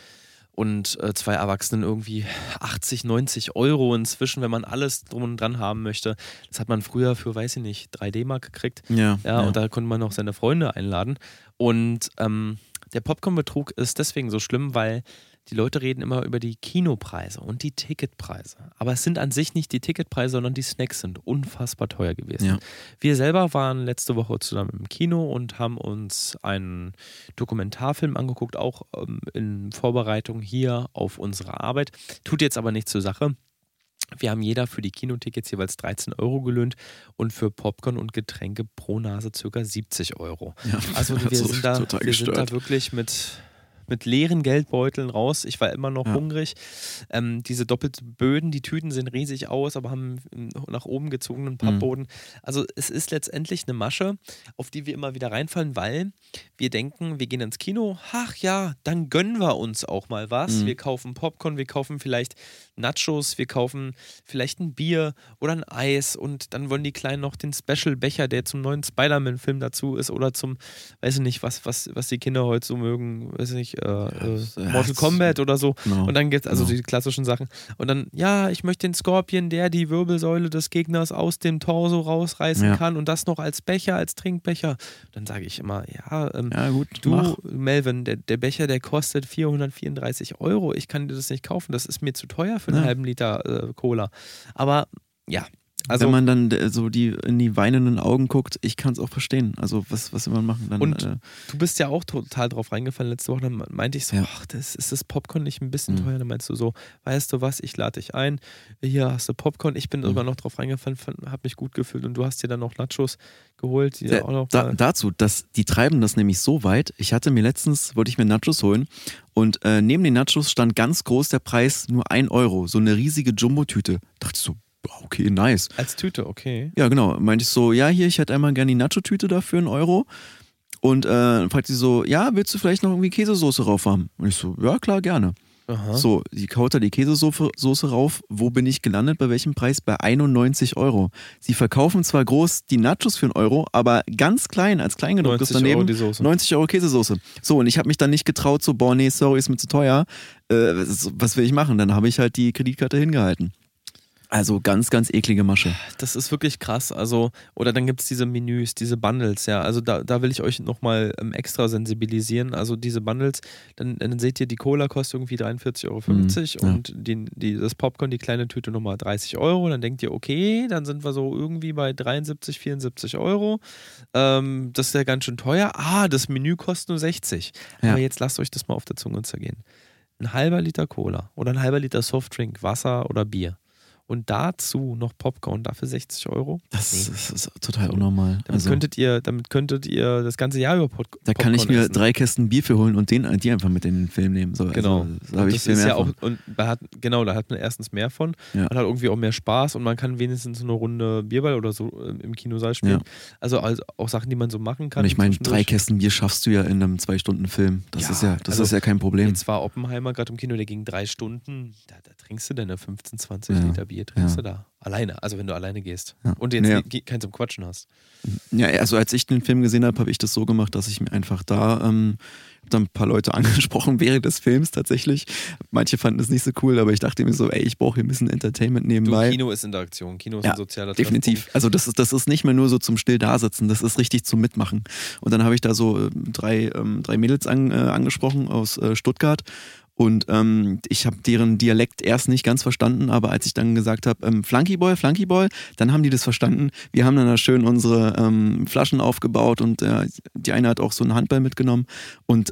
und äh, zwei Erwachsenen irgendwie achtzig, neunzig Euro inzwischen, wenn man alles drum und dran haben möchte. Das hat man früher für, weiß ich nicht, drei D-Mark gekriegt. Ja, Ja, ja. und da konnte man auch seine Freunde einladen. Und ähm, der Popcorn-Betrug ist deswegen so schlimm, weil die Leute reden immer über die Kinopreise und die Ticketpreise. Aber es sind an sich nicht die Ticketpreise, sondern die Snacks sind unfassbar teuer gewesen. Ja. Wir selber waren letzte Woche zusammen im Kino und haben uns einen Dokumentarfilm angeguckt, auch ähm, in Vorbereitung hier auf unsere Arbeit. Tut jetzt aber nichts zur Sache. Wir haben jeder für die Kinotickets jeweils dreizehn Euro gelöhnt und für Popcorn und Getränke pro Nase ca. siebzig Euro. Ja. Also wir, So sind, da, total wir sind da gestört. wirklich mit, mit leeren Geldbeuteln raus. Ich war immer noch Ja. hungrig. Ähm, diese doppelten Böden, die Tüten sehen riesig aus, aber haben einen nach oben gezogenen Pappboden. Also es ist letztendlich eine Masche, auf die wir immer wieder reinfallen, weil wir denken, wir gehen ins Kino, ach ja, dann gönnen wir uns auch mal was. Mhm. Wir kaufen Popcorn, wir kaufen vielleicht Nachos, wir kaufen vielleicht ein Bier oder ein Eis und dann wollen die Kleinen noch den Special-Becher, der zum neuen Spider-Man-Film dazu ist oder zum, weiß ich nicht, was, was, was die Kinder heute so mögen, weiß ich nicht, äh, äh, Ja, Mortal das- Kombat oder so. Genau. Und dann gibt es also Genau. die klassischen Sachen. Und dann, ja, ich möchte den Scorpion, der die Wirbelsäule des Gegners aus dem Torso rausreißen Ja. kann und das noch als Becher, als Trinkbecher. Dann sage ich immer, ja, ähm, Ja, gut, du, mach. Melvin, der, der Becher, der kostet vierhundertvierunddreißig Euro. Ich kann dir das nicht kaufen. Das ist mir zu teuer für einen Ja. halben Liter äh, Cola. Aber ja, also Wenn man dann äh, so die in die weinenden Augen guckt, ich kann es auch verstehen. Also was, was will man machen? Dann, Und äh, du bist ja auch total drauf reingefallen letzte Woche. Dann meinte ich so, Ja. ach, das, ist das Popcorn nicht ein bisschen Mhm. teuer? Dann meinst du so, weißt du was, ich lade dich ein. Hier hast du Popcorn. Ich bin Mhm. sogar noch drauf reingefallen, habe mich gut gefühlt. Und du hast dir dann noch Nachos geholt. Die Da, auch noch da, mal- dazu, dass die treiben das nämlich so weit. Ich hatte mir letztens, wollte ich mir Nachos holen und äh, neben den Nachos stand ganz groß der Preis nur ein Euro. So eine riesige Jumbo-Tüte. Dachte ich so, okay, nice. Als Tüte, okay. Ja, genau. Meinte ich so, ja, hier, ich hätte einmal gerne die Nacho-Tüte dafür, einen Euro. Und äh, dann fragt sie so, ja, willst du vielleicht noch irgendwie Käsesoße rauf haben? Und ich so, ja, klar, gerne. Aha. So, die kaut da die Käsesoße Soße rauf. Wo bin ich gelandet? Bei welchem Preis? Bei einundneunzig Euro. Sie verkaufen zwar groß die Nachos für einen Euro, aber ganz klein, als Kleingedrucktes neunzig daneben. Euro die Soße. neunzig Euro Käsesoße. So, und ich habe mich dann nicht getraut, so, boah, nee, sorry, ist mir zu teuer. Äh, was, was will ich machen? Dann habe ich halt die Kreditkarte hingehalten. Also ganz, ganz eklige Masche. Das ist wirklich krass. Also, oder dann gibt es diese Menüs, diese Bundles, ja. Also da, da will ich euch nochmal ähm, extra sensibilisieren. Also diese Bundles, dann, dann seht ihr, die Cola kostet irgendwie dreiundvierzig Euro fünfzig Mhm, ja. und die, die, das Popcorn, die kleine Tüte nochmal dreißig Euro. Dann denkt ihr, okay, dann sind wir so irgendwie bei dreiundsiebzig, vierundsiebzig Euro. Ähm, das ist ja ganz schön teuer. Ah, das Menü kostet nur sechzig. Ja. Aber jetzt lasst euch das mal auf der Zunge zergehen. Ein halber Liter Cola oder ein halber Liter Softdrink, Wasser oder Bier. Und dazu noch Popcorn, dafür sechzig Euro. Das, Nee. ist, das ist total unnormal. Damit, Also, könntet ihr, damit könntet ihr das ganze Jahr über Pod da kann ich Popcorn mir essen. drei Kästen Bier für holen und den, die einfach mit in den Film nehmen. So, Genau. Also, da Und habe ich das viel ist mehr ja auch, von. und da hat, genau, da hat man erstens mehr von. Ja. Man hat irgendwie auch mehr Spaß und man kann wenigstens eine Runde Bierball oder so ähm, im Kinosaal spielen. Ja. Also, also auch Sachen, die man so machen kann. Und ich meine, zwischendurch. drei Kästen Bier schaffst du ja in einem Zwei-Stunden-Film. Das Ja, ist ja, das also ist ja kein Problem. Jetzt war Oppenheimer gerade im Kino, der ging drei Stunden. Da, da trinkst du deine fünfzehn, zwanzig Ja. Liter Bier, trinkst Ja. du da. Alleine, also wenn du alleine gehst. Ja. Und jetzt Ja. nie- keinen zum Quatschen hast. Ja, also als ich den Film gesehen habe, habe ich das so gemacht, dass ich mir einfach da, ähm, hab dann ein paar Leute angesprochen während des Films tatsächlich. Manche fanden es nicht so cool, aber ich dachte mir so, ey, ich brauche hier ein bisschen Entertainment Du, nebenbei. Kino ist Interaktion, Kino ist Ja, ein sozialer Definitiv. Also das ist, das ist nicht mehr nur so zum still dasitzen, das ist richtig zum Mitmachen. Und dann habe ich da so äh, drei, ähm, drei Mädels an, äh, angesprochen aus äh, Stuttgart. Und ähm, ich habe deren Dialekt erst nicht ganz verstanden, aber als ich dann gesagt habe, ähm, Flunkyball, Flunkyball, dann haben die das verstanden. Wir haben dann da schön unsere ähm, Flaschen aufgebaut und äh, die eine hat auch so einen Handball mitgenommen. Und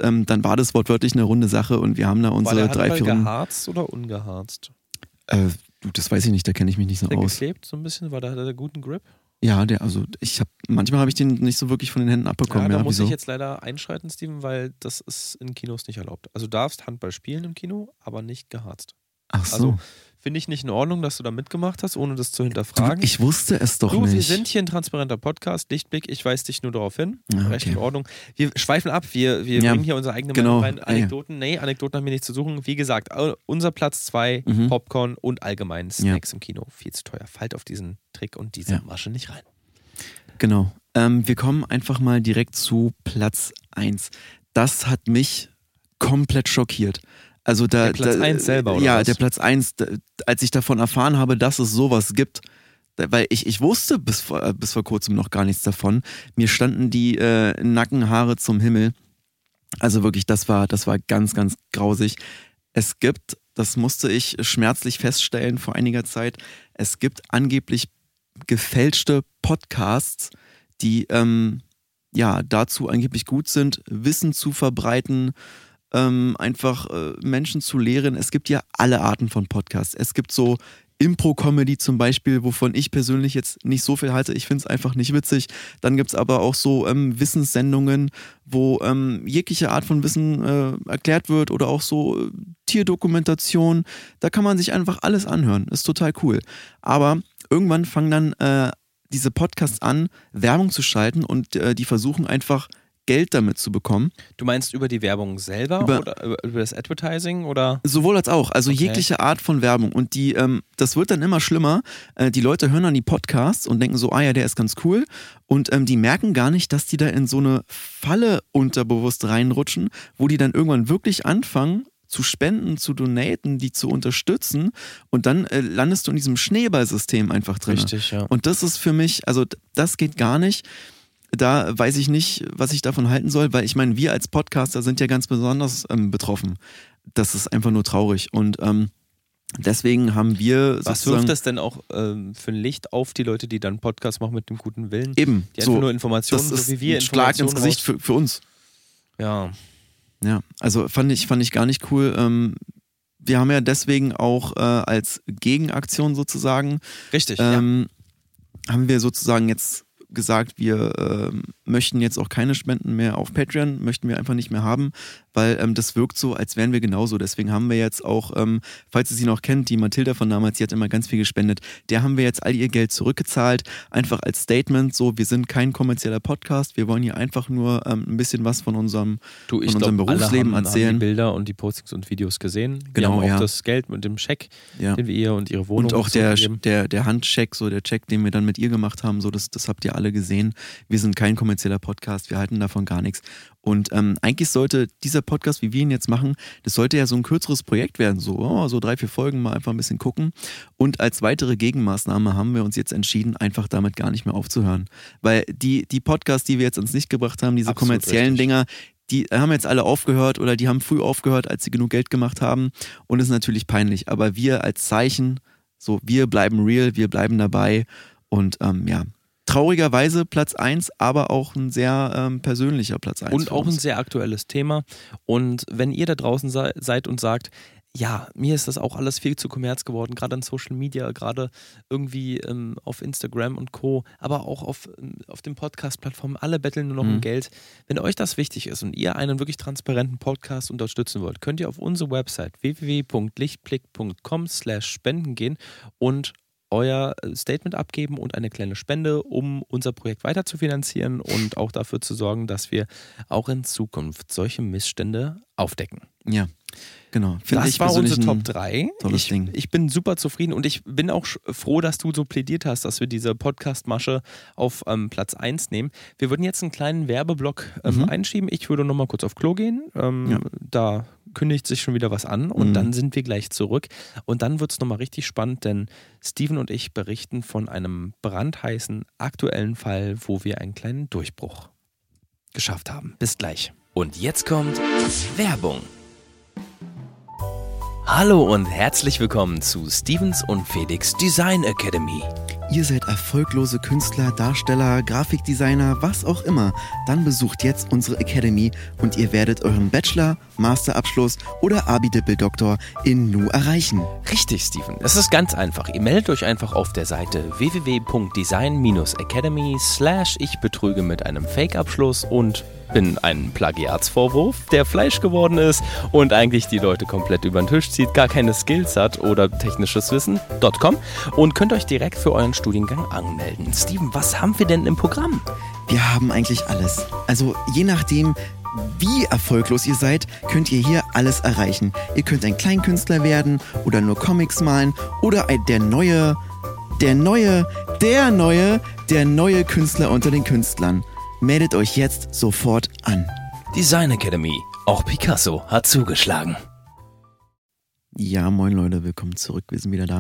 ähm, dann war das wortwörtlich eine runde Sache und wir haben da unsere war der drei, Handball vier Runden. geharzt oder ungeharzt? Äh, du, das weiß ich nicht, da kenne ich mich nicht so der aus. Geklebt so ein bisschen? War da hat er guten Grip? Ja, der, also ich habe, manchmal habe ich den nicht so wirklich von den Händen abbekommen. Ja, da ja, muss wieso? ich jetzt leider einschreiten, Steven, weil das ist in Kinos nicht erlaubt. Also du darfst Handball spielen im Kino, aber nicht geharzt. Ach so. Also finde ich nicht in Ordnung, dass du da mitgemacht hast, ohne das zu hinterfragen. Du, ich wusste es doch du, nicht. Wir sind hier ein transparenter Podcast, Lichtblick, ich weise dich nur darauf hin. Ja, okay. Recht in Ordnung. Wir schweifen ab, wir, wir Ja, bringen hier unsere eigene genau. Meinung rein. Anekdoten, nee, Anekdoten haben wir nicht zu suchen. Wie gesagt, unser Platz zwei, Mhm. Popcorn und allgemein Snacks Ja. im Kino. Viel zu teuer. Fallt auf diesen Trick und diese Ja. Masche nicht rein. Genau. Ähm, wir kommen einfach mal direkt zu Platz eins. Das hat mich komplett schockiert. Also da, Der Platz da, eins selber, oder Ja, was? der Platz eins, da, als ich davon erfahren habe, dass es sowas gibt, da, weil ich, ich wusste bis vor, äh, bis vor kurzem noch gar nichts davon. Mir standen die äh, Nackenhaare zum Himmel. Also wirklich, das war, das war ganz, ganz grausig. Es gibt, das musste ich schmerzlich feststellen vor einiger Zeit, es gibt angeblich gefälschte Podcasts, die ähm, ja dazu angeblich gut sind, Wissen zu verbreiten, ähm, einfach äh, Menschen zu lehren. Es gibt ja alle Arten von Podcasts. Es gibt so Impro-Comedy zum Beispiel, wovon ich persönlich jetzt nicht so viel halte. Ich finde es einfach nicht witzig. Dann gibt es aber auch so ähm, Wissenssendungen, wo ähm, jegliche Art von Wissen äh, erklärt wird oder auch so äh, Tierdokumentation. Da kann man sich einfach alles anhören. Ist total cool. Aber irgendwann fangen dann äh, diese Podcasts an, Werbung zu schalten und äh, die versuchen einfach Geld damit zu bekommen. Du meinst über die Werbung selber Über- oder über, über das Advertising oder? Sowohl als auch, also Okay. jegliche Art von Werbung. Und die, ähm, das wird dann immer schlimmer. Äh, die Leute hören dann die Podcasts und denken so, ah ja, der ist ganz cool. Und ähm, die merken gar nicht, dass die da in so eine Falle unterbewusst reinrutschen, wo die dann irgendwann wirklich anfangen zu spenden, zu donaten, die zu unterstützen. Und dann äh, landest du in diesem Schneeballsystem einfach drin. Richtig, ja. Und das ist für mich, also d- das geht gar nicht. Da weiß ich nicht, was ich davon halten soll, weil ich meine, wir als Podcaster sind ja ganz besonders ähm, betroffen. Das ist einfach nur traurig. Und ähm, deswegen haben wir Was sozusagen wirft das denn auch ähm, für ein Licht auf die Leute, die dann Podcast machen mit dem guten Willen? eben Die einfach so. nur Informationen, Das so ist wie wir ein Schlag ins Informationen Gesicht für, für uns. raus- Ja, Ja, also fand ich, fand ich gar nicht cool. Ähm, wir haben ja deswegen auch äh, als Gegenaktion sozusagen, richtig. ähm, haben wir sozusagen jetzt gesagt, wir ähm, möchten jetzt auch keine Spenden mehr auf Patreon, möchten wir einfach nicht mehr haben, weil ähm, das wirkt so, als wären wir genauso. Deswegen haben wir jetzt auch, ähm, falls ihr sie noch kennt, die Mathilda von damals, die hat immer ganz viel gespendet, der haben wir jetzt all ihr Geld zurückgezahlt, einfach als Statement, so, wir sind kein kommerzieller Podcast, wir wollen hier einfach nur ähm, ein bisschen was von unserem, Du, ich von unserem glaube, alle Berufsleben haben, haben erzählen. die Bilder und die Postings und Videos gesehen. Wir Genau, haben auch ja. das Geld mit dem Scheck, Ja. den wir ihr und ihre Wohnung Und auch der, zurückgeben. der, der Handcheck, so der Check, den wir dann mit ihr gemacht haben, so das, das habt ihr alle gesehen. Wir sind kein kommerzieller Podcast, wir halten davon gar nichts. Und ähm, eigentlich sollte dieser Podcast, wie wir ihn jetzt machen, das sollte ja so ein kürzeres Projekt werden, so, oh, so drei, vier Folgen mal einfach ein bisschen gucken. Und als weitere Gegenmaßnahme haben wir uns jetzt entschieden, einfach damit gar nicht mehr aufzuhören. Weil die, die Podcasts, die wir jetzt ans Licht gebracht haben, diese Absolut kommerziellen richtig. Dinger, die haben jetzt alle aufgehört oder die haben früh aufgehört, als sie genug Geld gemacht haben. Und das ist natürlich peinlich. Aber wir als Zeichen, so, wir bleiben real, wir bleiben dabei. Und ähm, ja, traurigerweise Platz eins, aber auch ein sehr ähm, persönlicher Platz eins. Und auch ein sehr aktuelles Thema. Und wenn ihr da draußen sei, seid und sagt, ja, mir ist das auch alles viel zu Kommerz geworden, gerade an Social Media, gerade irgendwie ähm, auf Instagram und Co., aber auch auf, ähm, auf den Podcast-Plattformen, alle betteln nur noch Mhm. um Geld. Wenn euch das wichtig ist und ihr einen wirklich transparenten Podcast unterstützen wollt, könnt ihr auf unsere Website w w w punkt lichtblick punkt com slash spenden gehen und euer Statement abgeben und eine kleine Spende, um unser Projekt weiter zu finanzieren und auch dafür zu sorgen, dass wir auch in Zukunft solche Missstände aufdecken. Ja, genau. Find Das ich war persönlich unsere ein Top drei. tolles Ich, Ding. ich bin super zufrieden und ich bin auch sch- froh, dass du so plädiert hast, dass wir diese Podcast-Masche auf ähm, Platz eins nehmen. Wir würden jetzt einen kleinen Werbeblock ähm, Mhm. einschieben. Ich würde nochmal kurz auf Klo gehen. Ähm, Ja. Da kündigt sich schon wieder was an und Mhm. dann sind wir gleich zurück. Und dann wird es nochmal richtig spannend, denn Steven und ich berichten von einem brandheißen aktuellen Fall, wo wir einen kleinen Durchbruch geschafft haben. Bis gleich. Und jetzt kommt Werbung. Hallo und herzlich willkommen zu Stevens und Felix Design Academy. ihr seid erfolglose Künstler, Darsteller, Grafikdesigner, was auch immer, dann besucht jetzt unsere Academy und ihr werdet euren Bachelor, Masterabschluss oder Abi-Dippel-Doktor in Nu erreichen. Richtig, Steven. Es ist ganz einfach. Ihr meldet euch einfach auf der Seite w w w punkt design dash academy slash ich betrüge mit einem Fake-Abschluss und bin ein Plagiatsvorwurf, der Fleisch geworden ist und eigentlich die Leute komplett über den Tisch zieht, gar keine Skills hat oder technisches Wissen .com und könnt euch direkt für euren Studiengang anmelden. Steven, was haben wir denn im Programm? Wir haben eigentlich alles. Also je nachdem, wie erfolglos ihr seid, könnt ihr hier alles erreichen. Ihr könnt ein Kleinkünstler werden oder nur Comics malen oder ein, der neue, der neue, der neue, der neue Künstler unter den Künstlern. Meldet euch jetzt sofort an. Design Academy. Auch Picasso hat zugeschlagen. Ja, moin Leute, willkommen zurück. Wir sind wieder da.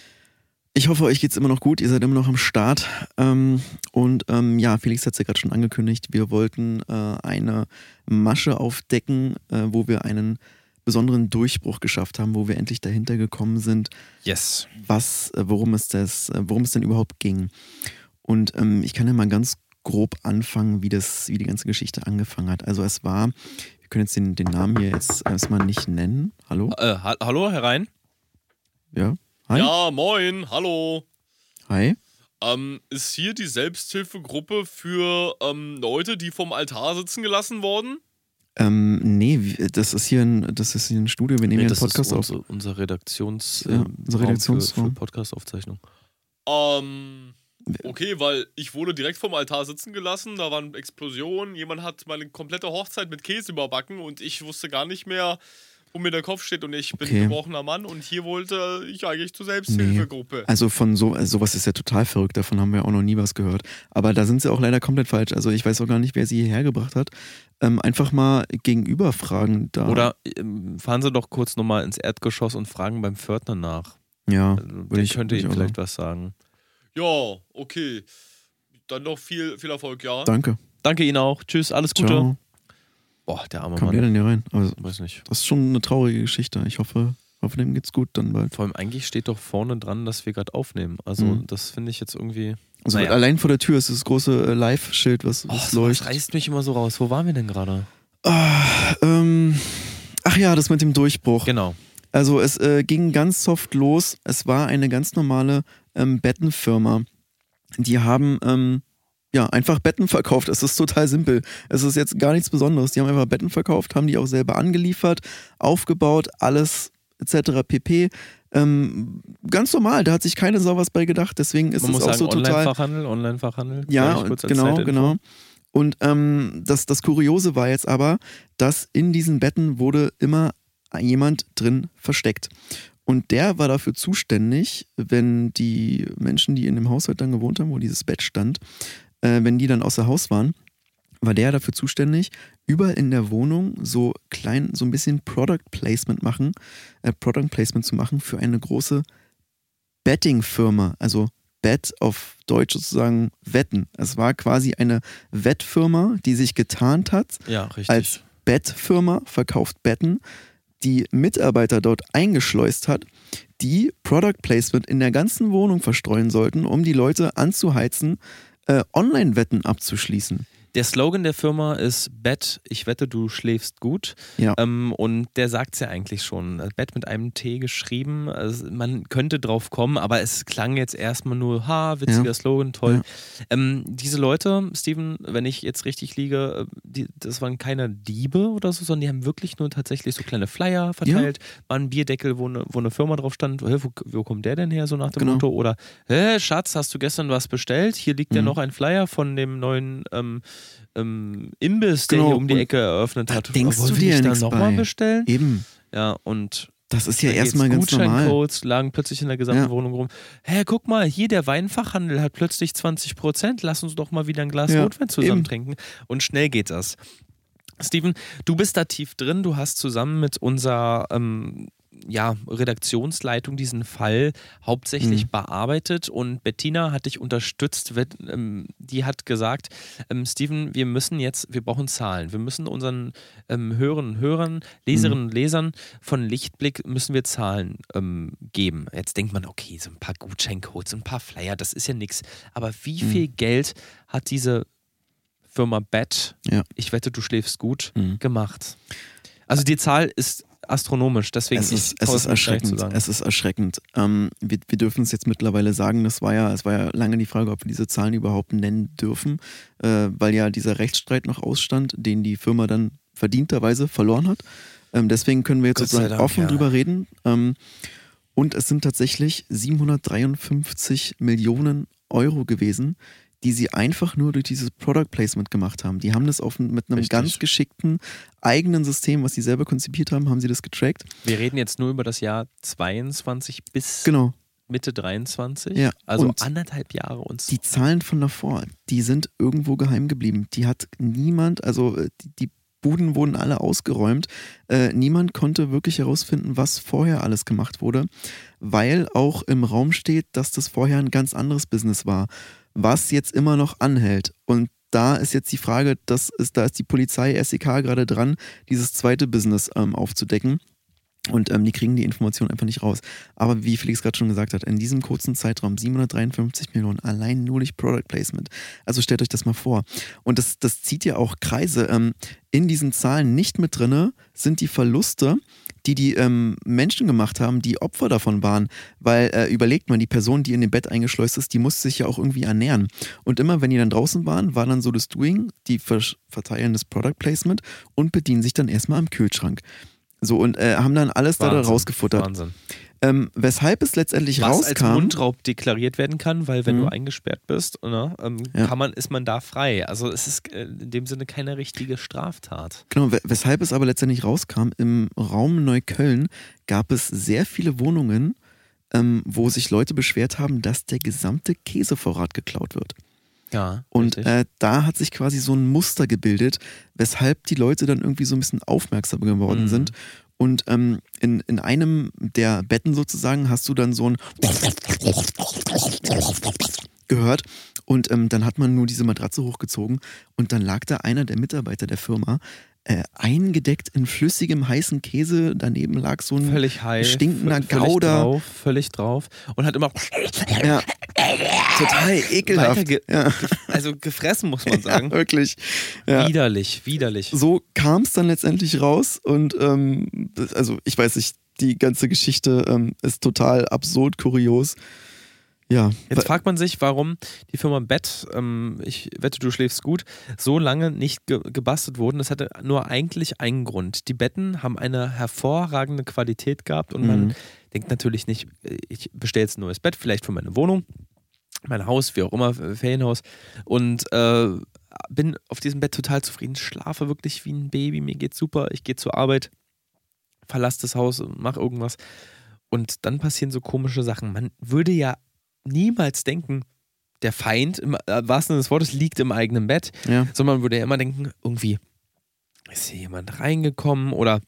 Ich hoffe, euch geht's immer noch gut. Ihr seid immer noch am Start. Ähm, und ähm, ja, Felix hat es ja gerade schon angekündigt. Wir wollten äh, eine Masche aufdecken, äh, wo wir einen besonderen Durchbruch geschafft haben, wo wir endlich dahinter gekommen sind, yes. was, äh, worum es das, äh, worum es denn überhaupt ging. Und ähm, ich kann ja mal ganz grob anfangen, wie das, wie die ganze Geschichte angefangen hat. Also es war, wir können jetzt den, den Namen hier jetzt erstmal nicht nennen. Hallo? Äh, ha- hallo, Herr Rhein? Ja? Hi? Ja, moin, hallo. Hi? Ähm, ist hier die Selbsthilfegruppe für ähm, Leute, die vom Altar sitzen gelassen wurden? Ähm, nee, wie- das ist hier ein, das ist hier ein Studio, wir nehmen Nee, hier einen das Podcast ist auf. unser, unser Redaktions Ja, ähm, unser Raum Redaktionsraum. für, für Podcast-Aufzeichnung. Ähm, okay, weil ich wurde direkt vom Altar sitzen gelassen, da waren Explosionen, jemand hat meine komplette Hochzeit mit Käse überbacken und ich wusste gar nicht mehr, wo mir der Kopf steht und ich bin Okay. ein gebrochener Mann und hier wollte ich eigentlich zur Selbsthilfegruppe. Also von so, also sowas ist ja total verrückt, davon haben wir auch noch nie was gehört. Aber da sind sie auch leider komplett falsch. Also ich weiß auch gar nicht, wer sie hierher gebracht hat. Ähm, einfach mal gegenüber fragen da. Oder ähm, fahren Sie doch kurz nochmal ins Erdgeschoss und fragen beim Pförtner nach. Ja, Also, würde der ich- könnte würde ich Ihnen auch vielleicht was sagen. Ja, okay. Dann noch viel, viel Erfolg, ja. Danke. Danke Ihnen auch. Tschüss, alles Gute. Ciao. Boah, der arme Kam der Mann. denn hier rein? Also, Weiß nicht. das ist schon eine traurige Geschichte. Ich hoffe, hoffe dem geht's gut dann bald. Vor allem eigentlich steht doch vorne dran, dass wir gerade aufnehmen. Also Mhm. das finde ich jetzt irgendwie... Also Naja. allein vor der Tür ist das große äh, Live-Schild, was, Oh, was sowas leuchtet. reißt mich immer so raus. Wo waren wir denn gerade? Ah, ähm, ach ja, das mit dem Durchbruch. Genau. Also es äh, ging ganz soft los. Es war eine ganz normale ähm, Bettenfirma. Die haben ähm, ja einfach Betten verkauft. Es ist total simpel. Es ist jetzt gar nichts Besonderes. Die haben einfach Betten verkauft, haben die auch selber angeliefert, aufgebaut, alles et cetera pp. Ähm, ganz normal, da hat sich keine Sau was bei gedacht. Deswegen ist Man es muss auch sagen, so total... Online-Fachhandel, Online-Fachhandel. Ja, Soll ich kurz als genau, Zeitinfo? genau. Und ähm, das, das Kuriose war jetzt aber, dass in diesen Betten wurde immer jemand drin versteckt. Und der war dafür zuständig, wenn die Menschen, die in dem Haushalt dann gewohnt haben, wo dieses Bett stand, äh, wenn die dann außer Haus waren, war der dafür zuständig, überall in der Wohnung so klein, so ein bisschen Product Placement machen, äh, Product Placement zu machen für eine große Betting-Firma, also Bet auf Deutsch sozusagen Wetten. Es war quasi eine Wettfirma, die sich getarnt hat Ja, richtig. als Bettfirma, verkauft Betten, die Mitarbeiter dort eingeschleust hat, die Product Placement in der ganzen Wohnung verstreuen sollten, um die Leute anzuheizen, äh, Online-Wetten abzuschließen. Der Slogan der Firma ist Bet, ich wette, du schläfst gut. Ja. Ähm, und der sagt es ja eigentlich schon. Bet mit einem T geschrieben. Also man könnte drauf kommen, aber es klang jetzt erstmal nur, ha, witziger Ja. Slogan, toll. Ja. Ähm, diese Leute, Steven, wenn ich jetzt richtig liege, die, das waren keine Diebe oder so, sondern die haben wirklich nur tatsächlich so kleine Flyer verteilt. War ein Bierdeckel, wo eine, wo eine Firma drauf stand. Hä, wo, wo kommt der denn her, so nach dem Genau. Motto? Oder, hä, Schatz, hast du gestern was bestellt? Hier liegt ja Mhm. noch ein Flyer von dem neuen ähm, ähm, Imbiss, der Genau, hier um die und Ecke eröffnet da hat. denkst Wollen du wir dir nicht ja da nix nochmal bei. bestellen? Eben. Ja, und Das ist ja dann erstmal geht's ganz normal. Gutscheincodes lagen plötzlich in der gesamten Ja. Wohnung rum. Hä, guck mal, hier der Weinfachhandel hat plötzlich zwanzig Prozent. Lass uns doch mal wieder ein Glas Ja, Rotwein zusammen eben. trinken. Und schnell geht das. Steven, du bist da tief drin. Du hast zusammen mit unserer ähm, ja, Redaktionsleitung diesen Fall hauptsächlich Mhm. bearbeitet und Bettina hat dich unterstützt. Wird, ähm, die hat gesagt, ähm, Steven, wir müssen jetzt, wir brauchen Zahlen. Wir müssen unseren ähm, Hörerinnen und Hörern, Leserinnen und Lesern von Lichtblick müssen wir Zahlen ähm, geben. Jetzt denkt man, okay, so ein paar Gutscheincodes, ein paar Flyer, das ist ja nichts. Aber wie Mhm. viel Geld hat diese Firma Bet, Ja. ich wette, du schläfst gut, Mhm. gemacht? Also die Zahl ist astronomisch, deswegen Es ist, ich es traue ist mir gar nicht zu erschreckend. sagen. Es ist erschreckend. Ähm, wir wir dürfen es jetzt mittlerweile sagen, das war ja, es war ja lange die Frage, ob wir diese Zahlen überhaupt nennen dürfen, äh, weil ja dieser Rechtsstreit noch ausstand, den die Firma dann verdienterweise verloren hat. Ähm, deswegen können wir jetzt Gott sei sozusagen Dank, offen ja. drüber reden. Ähm, und es sind tatsächlich siebenhundertdreiundfünfzig Millionen Euro gewesen, die sie einfach nur durch dieses Product Placement gemacht haben. Die haben das auf, mit einem Richtig. ganz geschickten eigenen System, was sie selber konzipiert haben, haben sie das getrackt. Wir reden jetzt nur über das Jahr zweiundzwanzig bis Genau. Mitte dreiundzwanzig, Ja, also und anderthalb Jahre uns. Die Zahlen von davor, die sind irgendwo geheim geblieben. Die hat niemand, also äh, die, die Buden wurden alle ausgeräumt. Äh, niemand konnte wirklich herausfinden, was vorher alles gemacht wurde, weil auch im Raum steht, dass das vorher ein ganz anderes Business war, was jetzt immer noch anhält. Und da ist jetzt die Frage, das ist, da ist die Polizei, S E K gerade dran, dieses zweite Business ähm, aufzudecken. Und ähm, die kriegen die Information einfach nicht raus. Aber wie Felix gerade schon gesagt hat, in diesem kurzen Zeitraum siebenhundertdreiundfünfzig Millionen allein nur durch Product Placement. Also stellt euch das mal vor. Und das, das zieht ja auch Kreise. Ähm, in diesen Zahlen nicht mit drinne sind die Verluste, die die ähm, Menschen gemacht haben, die Opfer davon waren. Weil äh, überlegt man, die Person, die in dem Bett eingeschleust ist, die musste sich ja auch irgendwie ernähren. Und immer, wenn die dann draußen waren, war dann so das Doing, die ver- verteilen das Product Placement und bedienen sich dann erstmal am Kühlschrank. So, und äh, haben dann alles da Wahnsinn, rausgefuttert. Wahnsinn. Ähm, weshalb es letztendlich Was als rauskam. Mundraub deklariert werden kann, weil wenn Mhm. du eingesperrt bist, ne, ähm, Ja. kann man, ist man da frei. Also es ist äh, in dem Sinne keine richtige Straftat. Genau, we- weshalb es aber letztendlich rauskam, im Raum Neukölln gab es sehr viele Wohnungen, ähm, wo sich Leute beschwert haben, dass der gesamte Käsevorrat geklaut wird. Ja, Und richtig. äh, da hat sich quasi so ein Muster gebildet, weshalb die Leute dann irgendwie so ein bisschen aufmerksamer geworden Mhm. sind. Und ähm, in, in einem der Betten sozusagen hast du dann so ein gehört. Und ähm, dann hat man nur diese Matratze hochgezogen und dann lag da einer der Mitarbeiter der Firma äh, eingedeckt in flüssigem heißen Käse. Daneben lag so ein völlig high, stinkender v- völlig Gouda. drauf, völlig drauf und hat immer Ja, total ekelhaft. weiter ge Ja, also gefressen, muss man sagen. ja, wirklich. Ja. Widerlich, widerlich. So kam es dann letztendlich raus und ähm, das- also ich weiß nicht, die ganze Geschichte ähm, ist total absurd, kurios. Ja, Jetzt fragt man sich, warum die Firma Bet, ähm, ich wette, du schläfst gut, so lange nicht ge gebastelt wurden. Das hatte nur eigentlich einen Grund. Die Betten haben eine hervorragende Qualität gehabt und man Mhm. denkt natürlich nicht, ich bestelle jetzt ein neues Bett, vielleicht für meine Wohnung, mein Haus, wie auch immer, Ferienhaus und äh, bin auf diesem Bett total zufrieden, schlafe wirklich wie ein Baby, mir geht's super, ich gehe zur Arbeit, verlasse das Haus, mach irgendwas und dann passieren so komische Sachen. Man würde ja niemals denken, der Feind, im äh, wahrsten Sinne des Wortes, liegt im eigenen Bett, ja. sondern man würde ja immer denken, irgendwie ist hier jemand reingekommen oder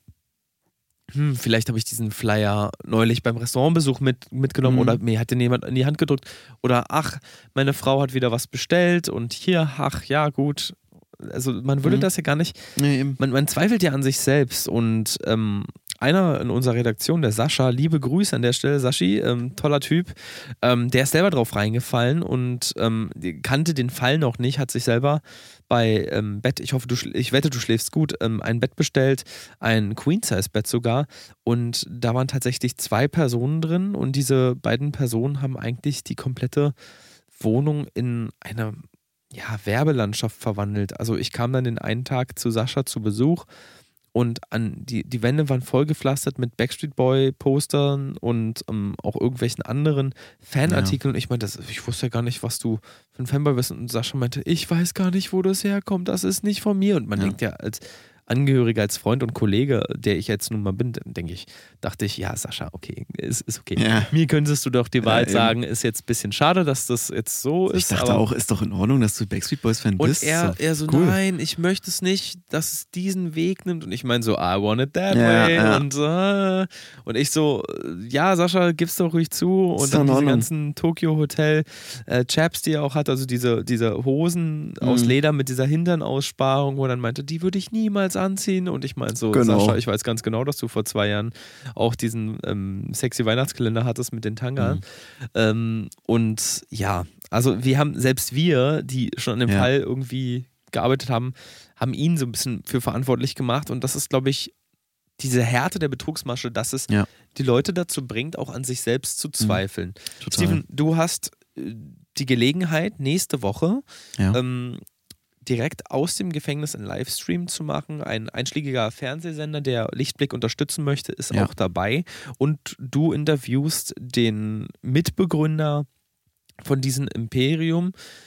hm, vielleicht habe ich diesen Flyer neulich beim Restaurantbesuch mit, mitgenommen Mhm. oder mir hat den jemand in die Hand gedrückt oder ach, meine Frau hat wieder was bestellt und hier, ach ja, gut. Also man würde Mhm. das ja gar nicht, Nee, eben. man, man zweifelt ja an sich selbst und ähm, einer in unserer Redaktion, der Sascha, liebe Grüße an der Stelle, Saschi, ähm, toller Typ, ähm, der ist selber drauf reingefallen und ähm, kannte den Fall noch nicht, hat sich selber bei ähm, Bett, ich hoffe, du, schl- ich wette, du schläfst gut, ähm, ein Bett bestellt, ein Queen-Size-Bett sogar und da waren tatsächlich zwei Personen drin und diese beiden Personen haben eigentlich die komplette Wohnung in eine ja, Werbelandschaft verwandelt. Also ich kam dann den einen Tag zu Sascha zu Besuch und an die, die Wände waren vollgepflastert mit Backstreet Boy Postern und ähm, auch irgendwelchen anderen Fanartikeln. Und ich meinte, das- ich wusste ja gar nicht, was du für ein Fanboy bist. Und Sascha meinte, ich weiß gar nicht, wo das herkommt. Das ist nicht von mir. Und man Ja. denkt ja als Angehöriger, als Freund und Kollege, der ich jetzt nun mal bin, denke ich, dachte ich, ja, Sascha, okay, ist, ist okay. Ja. Mir könntest du doch die Wahrheit eben. sagen, ist jetzt ein bisschen schade, dass das jetzt so ist. Ich dachte aber auch, ist doch in Ordnung, dass du Backstreet Boys Fan und bist. er, So, er so, cool. nein, ich möchte es nicht, dass es diesen Weg nimmt. Und ich meine so, I want it that Ja, way. ja. Und, äh, und ich so, äh, ja, Sascha, gib's doch ruhig zu. Ist Und doch dann in diese Ordnung. ganzen Tokyo-Hotel äh, Chaps, die er auch hat, also diese, diese Hosen aus Mhm. Leder mit dieser Hinternaussparung, wo er dann meinte, die würde ich niemals anziehen. Und ich meinte so, Genau. Sascha, ich weiß ganz genau, dass du vor zwei Jahren auch diesen ähm, sexy Weihnachtskalender hattest mit den Tanga. Mhm. Ähm, und ja, also wir haben, selbst wir, die schon an dem Ja. Fall irgendwie gearbeitet haben, haben ihn so ein bisschen für verantwortlich gemacht. Und das ist, glaube ich, diese Härte der Betrugsmasche, dass es Ja. die Leute dazu bringt, auch an sich selbst zu zweifeln. Total. Steven, du hast äh, die Gelegenheit, nächste Woche Ja. ähm, direkt aus dem Gefängnis einen Livestream zu machen. Ein einschlägiger Fernsehsender, der Lichtblick unterstützen möchte, ist Ja. auch dabei. Und du interviewst den Mitbegründer von diesem Imperium,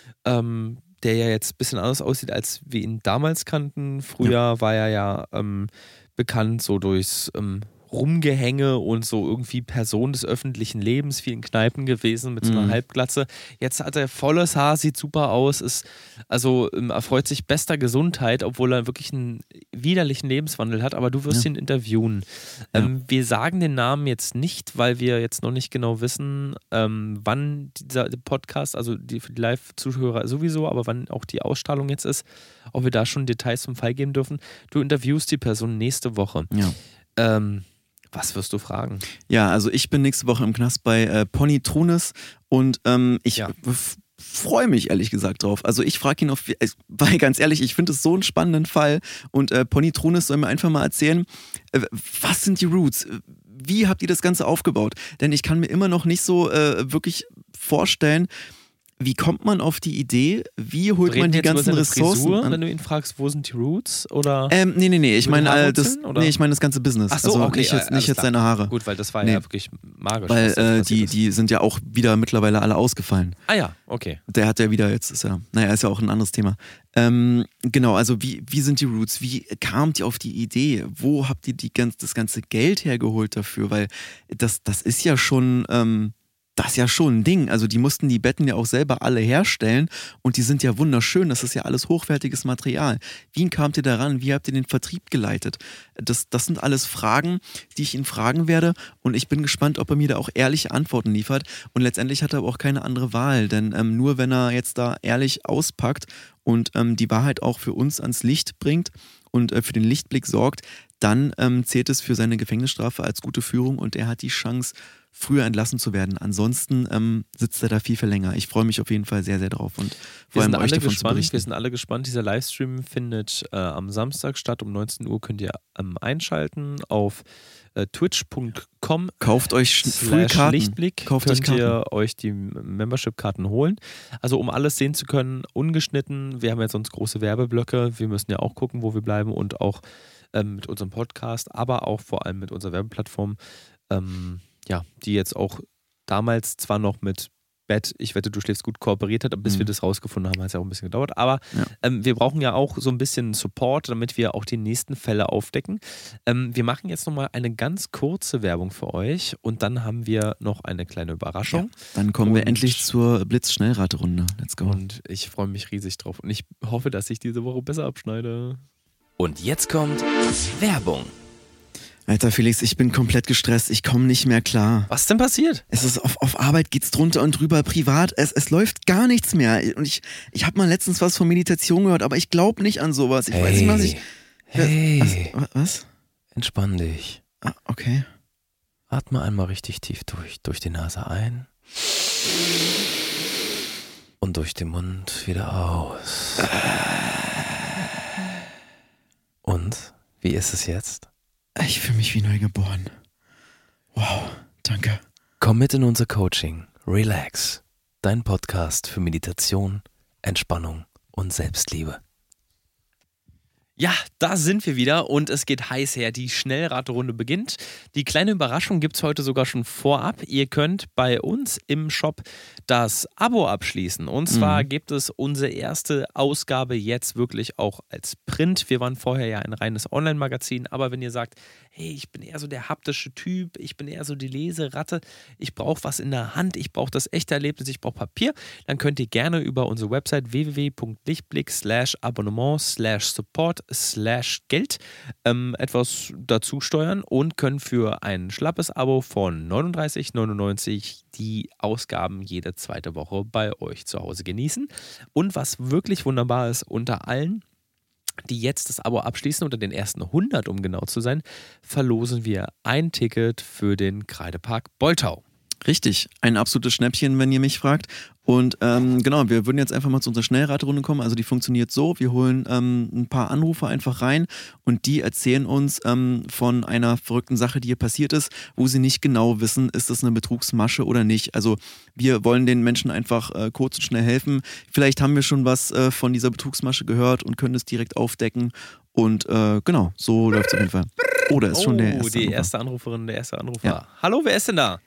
ähm, der ja jetzt ein bisschen anders aussieht, als wir ihn damals kannten. Früher war er ja ähm, bekannt so durchs ähm, Rumgehänge und so irgendwie Person des öffentlichen Lebens, viel in Kneipen gewesen mit so einer Mhm. Halbglatze. Jetzt hat er volles Haar, sieht super aus, ist also ähm, erfreut sich bester Gesundheit, obwohl er wirklich einen widerlichen Lebenswandel hat, aber du wirst Ja. ihn interviewen. Ja. Ähm, wir sagen den Namen jetzt nicht, weil wir jetzt noch nicht genau wissen, ähm, wann dieser Podcast, also die, für die Live-Zuhörer sowieso, aber wann auch die Ausstrahlung jetzt ist, ob wir da schon Details zum Fall geben dürfen. Du interviewst die Person nächste Woche. Ja. Ähm, was wirst du fragen? Ja, also ich bin nächste Woche im Knast bei äh, Pony Trunes und ähm, ich Ja. f- freue mich ehrlich gesagt drauf. Also ich frage ihn auf, äh, weil ganz ehrlich, ich finde es so einen spannenden Fall und äh, Pony Trunes soll mir einfach mal erzählen, äh, was sind die Roots? Wie habt ihr das Ganze aufgebaut? Denn ich kann mir immer noch nicht so äh, wirklich vorstellen, wie kommt man auf die Idee? Wie holt Reden man die wir jetzt über ganzen seine Ressourcen Frisur, an? wenn du ihn fragst, wo sind die Roots? Oder? Ähm, nee, nee, nee, ich Über die meine äh, das, Haarwurzeln, oder? nee, ich meine das ganze Business. Ach so, also okay, nicht äh, jetzt, alles nicht jetzt klar. seine Haare. Gut, weil das war Nee. ja wirklich magisch. Weil was da äh, passiert die, ist. die sind ja auch wieder mittlerweile alle ausgefallen. Ah ja, okay. Der hat ja wieder, jetzt ist ja, naja, ist ja auch ein anderes Thema. Ähm, genau, also wie, wie sind die Roots? Wie kamt ihr auf die Idee? Wo habt ihr die ganz, das ganze Geld hergeholt dafür? Weil das, das ist ja schon, ähm, das ist ja schon ein Ding. Also die mussten die Betten ja auch selber alle herstellen und die sind ja wunderschön. Das ist ja alles hochwertiges Material. Wie kamt ihr daran? Wie habt ihr den Vertrieb geleitet? Das, das sind alles Fragen, die ich ihn fragen werde und ich bin gespannt, ob er mir da auch ehrliche Antworten liefert. Und letztendlich hat er aber auch keine andere Wahl, denn ähm, nur wenn er jetzt da ehrlich auspackt und ähm, die Wahrheit auch für uns ans Licht bringt und äh, für den Lichtblick sorgt, dann ähm, zählt es für seine Gefängnisstrafe als gute Führung und er hat die Chance, früher entlassen zu werden. Ansonsten ähm, sitzt er da viel, viel länger. Ich freue mich auf jeden Fall sehr, sehr drauf und Wir vor allem sind, euch alle davon zu gespannt, berichten. wir sind alle gespannt. Dieser Livestream findet äh, am Samstag statt. Um neunzehn Uhr könnt ihr ähm, einschalten auf äh, twitch punkt com Kauft euch sch- früh slash Karten. Lichtblick. Kauft euch könnt ihr euch die Membership-Karten holen. Also um alles sehen zu können, ungeschnitten. Wir haben jetzt sonst große Werbeblöcke. Wir müssen ja auch gucken, wo wir bleiben und auch ähm, mit unserem Podcast, aber auch vor allem mit unserer Werbeplattform, ähm, ja, die jetzt auch damals zwar noch mit Bett, ich wette, du schläfst gut, kooperiert hat, aber bis Mhm. wir das rausgefunden haben, hat es ja auch ein bisschen gedauert. Aber Ja. ähm, wir brauchen ja auch so ein bisschen Support, damit wir auch die nächsten Fälle aufdecken. Ähm, wir machen jetzt nochmal eine ganz kurze Werbung für euch und dann haben wir noch eine kleine Überraschung. Dann kommen wir Und- endlich zur Blitz-Schnellraterunde. Let's go. Und ich freue mich riesig drauf. Und ich hoffe, dass ich diese Woche besser abschneide. Und jetzt kommt Werbung. Alter Felix, ich bin komplett gestresst. Ich komme nicht mehr klar. Was denn passiert? Es ist auf, auf Arbeit geht's drunter und drüber, privat, es, es läuft gar nichts mehr. Und ich, ich habe mal letztens was von Meditation gehört, aber ich glaube nicht an sowas. Ich weiß nicht, was ich. hey, Was? was? entspann dich. Ah, okay. Atme einmal richtig tief durch. Durch die Nase ein. Und durch den Mund wieder aus. Und, wie ist es jetzt? Ich fühle mich wie neu geboren. Wow, danke. Komm mit in unser Coaching. Relax. Dein Podcast für Meditation, Entspannung und Selbstliebe. Ja, da sind wir wieder und es geht heiß her. Die Schnellraterunde beginnt. Die kleine Überraschung gibt es heute sogar schon vorab. Ihr könnt bei uns im Shop das Abo abschließen. Und zwar mhm. gibt es unsere erste Ausgabe jetzt wirklich auch als Print. Wir waren vorher ja ein reines Online-Magazin, aber wenn ihr sagt, hey, ich bin eher so der haptische Typ, ich bin eher so die Leseratte, ich brauche was in der Hand, ich brauche das echte Erlebnis, ich brauche Papier, dann könnt ihr gerne über unsere Website w w w punkt lichtblick slash abonnement slash support slash Geld ähm, etwas dazu steuern und können für ein schlappes Abo von neununddreißig neunundneunzig die Ausgaben jede zweite Woche bei euch zu Hause genießen. Und was wirklich wunderbar ist, unter allen, die jetzt das Abo abschließen, unter den ersten hundert, um genau zu sein, verlosen wir ein Ticket für den Kreidepark Boltau. Richtig, ein absolutes Schnäppchen, wenn ihr mich fragt. Und ähm, genau, wir würden jetzt einfach mal zu unserer Schnellraterunde kommen. Also die funktioniert so, wir holen ähm, ein paar Anrufer einfach rein und die erzählen uns ähm, von einer verrückten Sache, die hier passiert ist, wo sie nicht genau wissen, ist das eine Betrugsmasche oder nicht. Also wir wollen den Menschen einfach äh, kurz und schnell helfen. Vielleicht haben wir schon was äh, von dieser Betrugsmasche gehört und können es direkt aufdecken. Und äh, genau, so läuft es auf jeden Fall. Oh, da ist schon der erste die Anrufer. erste Anruferin, der erste Anrufer. Ja. Hallo, wer ist denn da?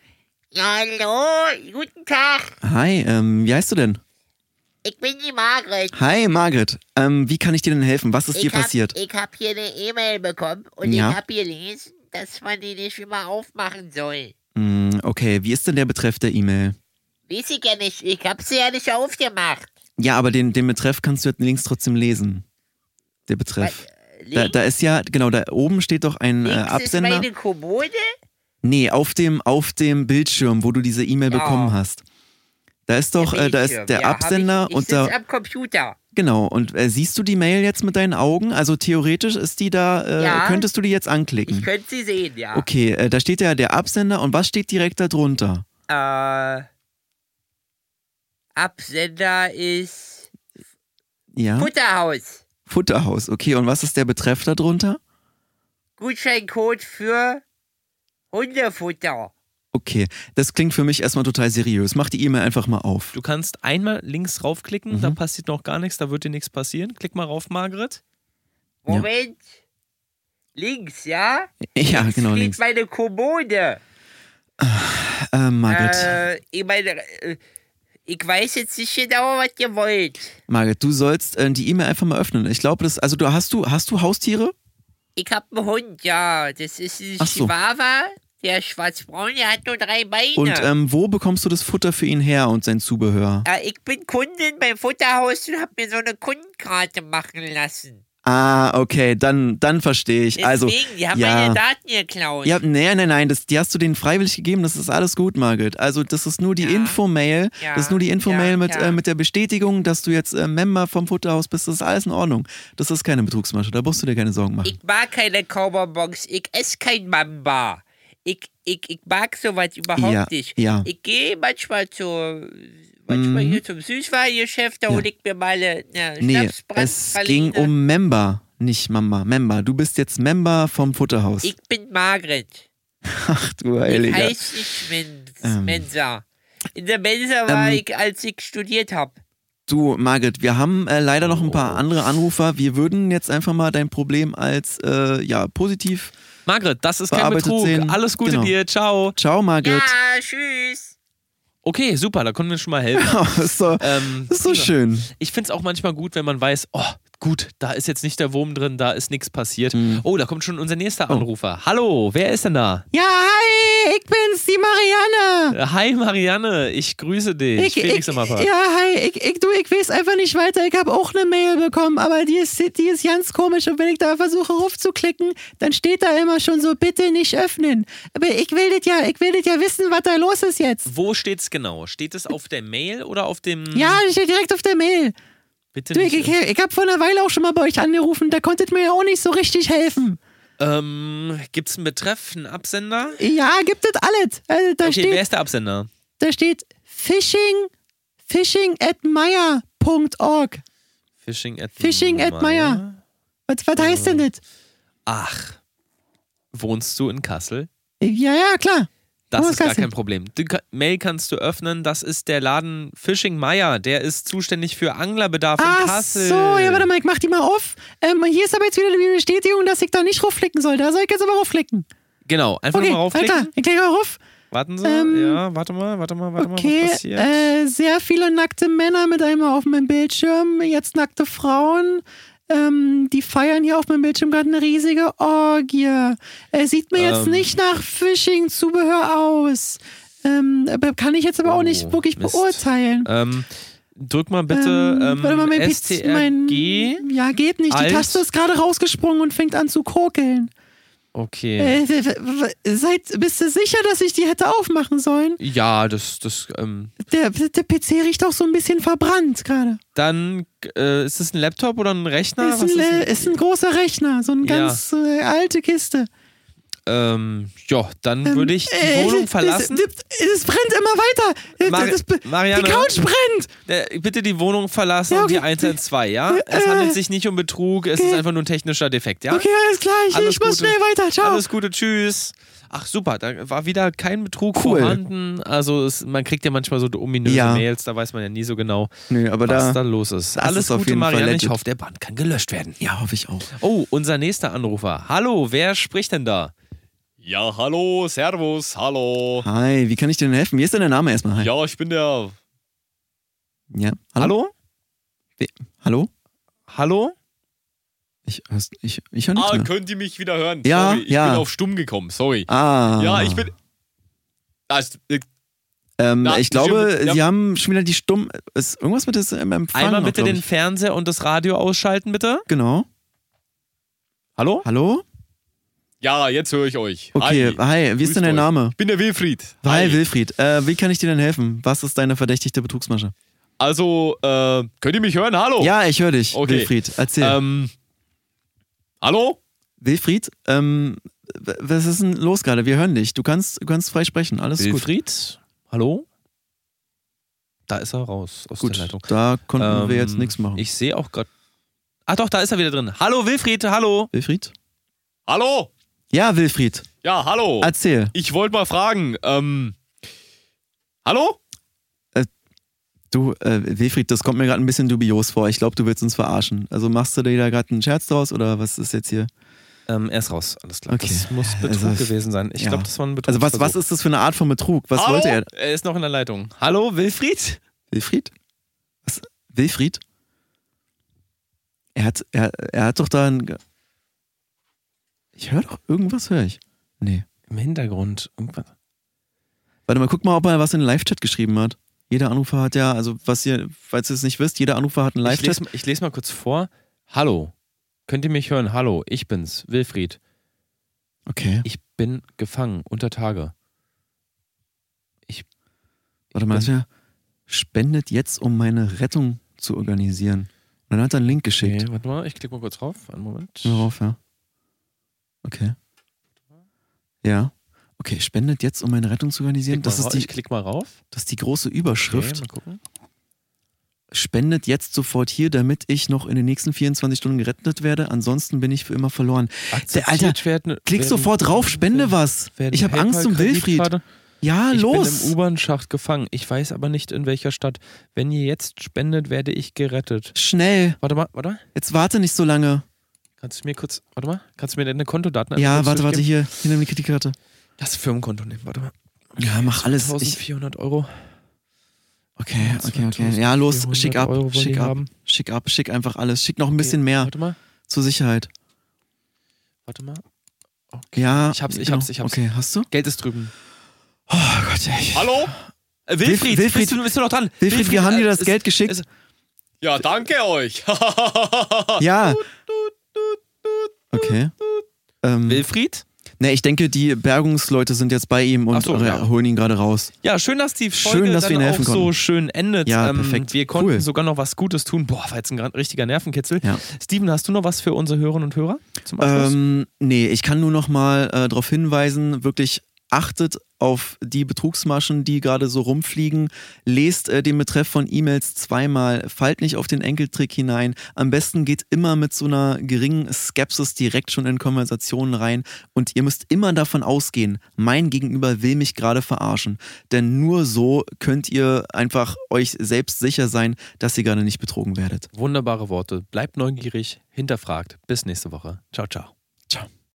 Hallo, guten Tag. Hi, ähm, wie heißt du denn? Ich bin die Margret. Hi, Margret. Ähm, wie kann ich dir denn helfen? Was ist ich dir hab, passiert? Ich habe hier eine E-Mail bekommen und Ja. ich habe gelesen, dass man die nicht immer aufmachen soll. Mm, okay, wie ist denn der Betreff der E-Mail? Weiß ich ja nicht, ich habe sie ja nicht aufgemacht. Ja, aber den, den Betreff kannst du jetzt links trotzdem lesen. Der Betreff. Äh, Da, links da ist ja, genau, da oben steht doch ein äh, links ist Absender. meine Kommode. Nee, auf dem, auf dem Bildschirm, wo du diese E-Mail Ja. bekommen hast. Da ist doch, Der äh, da ist Bildschirm. der ja, Absender hab ich, ich und da. sitz am Computer. Genau, und äh, siehst du die Mail jetzt mit deinen Augen? Also theoretisch ist die da, äh, Ja. könntest du die jetzt anklicken? Ich könnte sie sehen, ja. Okay, äh, da steht ja der Absender und was steht direkt da drunter? Äh, Absender ist Ja? Futterhaus. Futterhaus, okay, und was ist der Betreff da drunter? Gutscheincode für Hundefutter. Okay, das klingt für mich erstmal total seriös. Mach die E-Mail einfach mal auf. Du kannst einmal links raufklicken, Mhm. da passiert noch gar nichts, da wird dir nichts passieren. Klick mal rauf, Margret. Ja. Moment. Links, ja? Ja, Links genau, steht links. meine Kommode. Äh, Margret, Äh, ich meine, äh, ich weiß jetzt nicht genau, was ihr wollt. Margret, du sollst äh, die E-Mail einfach mal öffnen. Ich glaube, das, also du hast du, hast du Haustiere? Ich hab einen Hund, ja. Das ist ein Ach so. Chihuahua. Der ist schwarz-braun, der hat nur drei Beine. Und ähm, wo bekommst du das Futter für ihn her und sein Zubehör? äh, ich bin Kundin beim Futterhaus und hab mir so eine Kundenkarte machen lassen. Ah, okay, dann, dann verstehe ich. Deswegen, Also, die haben ja. meine Daten geklaut. ja, nee, nein, nein, das, die hast du denen freiwillig gegeben, das ist alles gut, Margret. Also das ist nur die Ja. Infomail, Ja, das ist nur die Infomail ja, mit, ja. äh, mit der Bestätigung, dass du jetzt äh, Member vom Futterhaus bist, das ist alles in Ordnung. Das ist keine Betrugsmasche, da musst du dir keine Sorgen machen. Ich mag keine Cowboybons, ich esse kein Mamba. Ich, ich, ich mag sowas überhaupt Ja, nicht. ja. Ich gehe manchmal zu, manchmal Mhm. hier zum Süßwarengeschäft, da Ja. hole ich mir mal eine, eine Nee, Schnapsbrand- es Praline. ging um Member, nicht Mama, Member. Du bist jetzt Member vom Futterhaus. Ich bin Margret. Ach du Ich Heiliger. heiße nicht Mens, Ähm. Mensa. In der Mensa war Ähm. ich, als ich studiert habe. Du, Margret, wir haben äh, leider noch ein paar andere Anrufer. Wir würden jetzt einfach mal dein Problem als äh, ja, positiv. Margret, das ist kein Bearbeitet Betrug. sehen. Alles Gute Genau. dir, ciao. Ciao, Margret. Ja, tschüss. Okay, super, da können wir schon mal helfen. das ist so, ähm, das ist so prima. schön. Ich finde es auch manchmal gut, wenn man weiß, oh, gut, da ist jetzt nicht der Wurm drin, da ist nichts passiert. Mhm. Oh, da kommt schon unser nächster Anrufer. Hallo, wer ist denn da? Ja, hi, ich bin's, die Marianne. Äh, Hi Marianne, ich grüße dich. Felix am Apparat. ja, hi, ich, ich, du, ich weiß einfach nicht weiter. Ich habe auch eine Mail bekommen, aber die ist, die ist ganz komisch. Und wenn ich da versuche raufzuklicken, dann steht da immer schon so, bitte nicht öffnen. Aber ich will das ja, ich will das ja wissen, was da los ist jetzt. Wo steht's genau? Steht es auf der Mail oder auf dem... Ja, das steht direkt auf der Mail. bitte Du, ich, nicht. ich, ich habe vor einer Weile auch schon mal bei euch angerufen, da konntet mir ja auch nicht so richtig helfen. Ähm, gibt's einen Betreff, einen Absender? Ja, gibt es alles. Also, da, Okay, steht, wer ist der Absender? da steht phishing, phishing at meyer punkt org. Phishing at Phishing at Meyer. Was, was heißt denn das? Ach, wohnst du in Kassel? Ja, ja, klar. Das Was ist gar kannst du? kein Problem. Die Ka- Mail kannst du öffnen. Das ist der Laden Fishing Meier. Der ist zuständig für Anglerbedarf in Ach Kassel. so, ja, warte mal, ich mach die mal auf. Ähm, hier ist aber jetzt wieder die Bestätigung, dass ich da nicht raufklicken soll. Da soll ich jetzt aber raufklicken. Genau, einfach Okay, nur mal raufklicken. Alter, ich klicke mal rauf. Warten Sie. Ähm, ja, warte mal, warte mal, warte mal, Okay, was passiert? äh, sehr viele nackte Männer mit einmal auf meinem Bildschirm, jetzt nackte Frauen. Ähm, die feiern hier auf meinem Bildschirm gerade eine riesige Orgie. Er sieht mir jetzt Ähm. nicht nach Phishing-Zubehör aus. Ähm, aber kann ich jetzt aber auch nicht Oh, wirklich Mist. beurteilen. Ähm, drück mal bitte ähm, warte mal, mein S P C, T R G. mein, ja, geht nicht. Alt. Die Taste ist gerade rausgesprungen und fängt an zu kokeln. Okay. Äh, w- w- w- seid, bist du sicher, dass ich die hätte aufmachen sollen? Ja, das, das, ähm, Der, der P C riecht auch so ein bisschen verbrannt gerade. dann, äh, ist das ein Laptop oder ein Rechner? Ist Was ein, ist äh, denn- ist ein großer Rechner, so eine Ja. ganz äh, alte Kiste. Ähm, ja, dann Ähm, würde ich die äh, Wohnung das- verlassen. Das, das brennt immer weiter. Das- Mari- das, das, Marianne. die Couch brennt. Äh, bitte die Wohnung verlassen Ja, und die okay. eins eins zwei, ja? Äh, Es handelt sich nicht um Betrug, es ist einfach nur ein technischer Defekt, ja? Okay, alles klar. Ich, Alles ich muss Gute. schnell weiter. Ciao. Alles Gute, tschüss. Ach super, da war wieder kein Betrug Cool. vorhanden. Also es, man kriegt ja manchmal so ominöse Ja. Mails, da weiß man ja nie so genau, Nö, aber was da, da los ist. das Alles ist auf Gute, jeden Fall Marianne. Ich legit. hoffe, der Band kann gelöscht werden. ja, hoffe ich auch. Oh, unser nächster Anrufer. Hallo, wer spricht denn da? Ja, hallo, servus, hallo. Hi, wie kann ich dir denn helfen? Wie ist denn der Name erstmal? Hi. Ja, ich bin der. Ja. Hallo? Hallo? Hallo? Hallo? Ich, hörst- ich, ich höre nichts Ah, mehr. könnt ihr mich wieder hören? Ja, sorry, ich ja. bin auf stumm gekommen, sorry. Ah. Ja, ich bin. Das, äh, Ähm, Na, ich glaube, stimmt, ja. Sie haben schon wieder die Stumm... Ist irgendwas mit dem Empfang Einmal noch, bitte glaub den ich. Fernseher und das Radio ausschalten, bitte. Genau. Hallo? Hallo? ja, jetzt höre ich euch. Okay, Hi. hi, wie ist Grüßt denn dein euch. Name? Ich bin der Wilfried. Hi, Wilfried. Äh, wie kann ich dir denn helfen? Was ist deine verdächtigte Betrugsmasche? Also, äh, könnt ihr mich hören? Hallo? Ja, ich höre dich, Okay. Wilfried. Erzähl. Ähm, hallo? Wilfried, ähm, w- was ist denn los gerade? Wir hören dich. Du kannst, du kannst frei sprechen. Alles gut. Wilfried? Hallo? Da ist er raus aus Gut, der Leitung. da konnten wir Ähm, jetzt nichts machen. Ich sehe auch gerade. Ach doch, da ist er wieder drin. Hallo Wilfried, hallo. Wilfried? Hallo? Ja, Wilfried. Ja, hallo. Erzähl. Ich wollte mal fragen, ähm, hallo? Du, äh, Wilfried, das kommt mir gerade ein bisschen dubios vor. Ich glaube, du willst uns verarschen. Also machst du dir da gerade einen Scherz draus oder was ist jetzt hier? Ähm, er ist raus, alles klar. Okay. Das muss Betrug Also, gewesen sein. Ich ja. glaube, das war ein Betrug. Also was, was ist das für eine Art von Betrug? Was Hallo? wollte er? Er ist noch in der Leitung. Hallo Wilfried? Wilfried? Was? Wilfried? Er hat, er, er hat doch da ein... Ge- Ich höre doch, irgendwas höre ich. Nee. Im Hintergrund. Irgendwas. Warte mal, guck mal, ob er was in den Live-Chat geschrieben hat. Jeder Anrufer hat ja, also was ihr, falls ihr es nicht wisst, jeder Anrufer hat einen Ich Live-Chat. lese, ich lese mal kurz vor. Hallo. Könnt ihr mich hören? Hallo, ich bin's, Wilfried. Okay. Ich bin gefangen unter Tage. Ich, Warte mal, bin- das wäre, spendet jetzt, um meine Rettung zu organisieren. Und dann hat er einen Link geschickt. Okay, warte mal, ich klicke mal kurz drauf. Einen Moment. Hör auf, ja. Okay. Ja. Okay, spendet jetzt, um meine Rettung zu organisieren. Klick mal Das ist, rauf. die, Ich klicke mal rauf. das ist die große Okay, Überschrift. mal gucken. Spendet jetzt sofort hier, damit ich noch in den nächsten vierundzwanzig Stunden gerettet werde. Ansonsten bin ich für immer verloren. Akzeptiert Alter, werden, Klick werden- sofort drauf, spende werden- was. werden Ich habe Angst um Wilfried. PayPal-Kreditkarte. Ja, Ich los. bin im U-Bahn-Schacht gefangen. Ich weiß aber nicht, in welcher Stadt. Wenn ihr jetzt spendet, werde ich gerettet. Schnell. Warte mal, warte mal. Jetzt warte nicht so lange. Kannst du mir kurz, warte mal, kannst du mir deine Kontodaten einfach Ja, kurz warte, warte, durchgeben? hier. Hier nimm die Kreditkarte. Das Firmenkonto nehmen, warte mal. Ja, mach alles. Ich, eintausendvierhundert Euro. okay, okay, okay. Ja, los, schick ab, Euro wollen schick die ab, haben. schick ab, schick einfach alles. Schick noch ein bisschen mehr Warte mal, zur Sicherheit. warte mal. Okay. Ja. Ich hab's, ich genau. hab's, ich hab's. Okay, hast du? Geld ist drüben. Oh Gott, ey. Hallo? Äh, Wilfried, Wilfried, bist, du, bist du noch dran? Wilfried, wir haben dir das äh, Geld es- geschickt. es- Ja, danke euch. Ja. Okay. Ähm, Wilfried? ne, ich denke, die Bergungsleute sind jetzt bei ihm und Ach so, re- ja. holen ihn gerade raus. Ja, schön, dass die Folge Schön, dass wir dann Ihnen helfen auch so konnten. schön endet. Ja, ähm, perfekt. Wir konnten Cool. sogar noch was Gutes tun. Boah, war jetzt ein gran- richtiger Nervenkitzel. Ja. Steven, hast du noch was für unsere Hörerinnen und Hörer zum Abschluss? Ähm, nee, ich kann nur noch mal äh, darauf hinweisen, wirklich achtet auf die Betrugsmaschen, die gerade so rumfliegen. Lest äh, den Betreff von E-Mails zweimal, fallt nicht auf den Enkeltrick hinein. Am besten geht immer mit so einer geringen Skepsis direkt schon in Konversationen rein und ihr müsst immer davon ausgehen, mein Gegenüber will mich gerade verarschen. Denn nur so könnt ihr einfach euch selbst sicher sein, dass ihr gerade nicht betrogen werdet. Wunderbare Worte. Bleibt neugierig, hinterfragt. Bis nächste Woche. Ciao, ciao.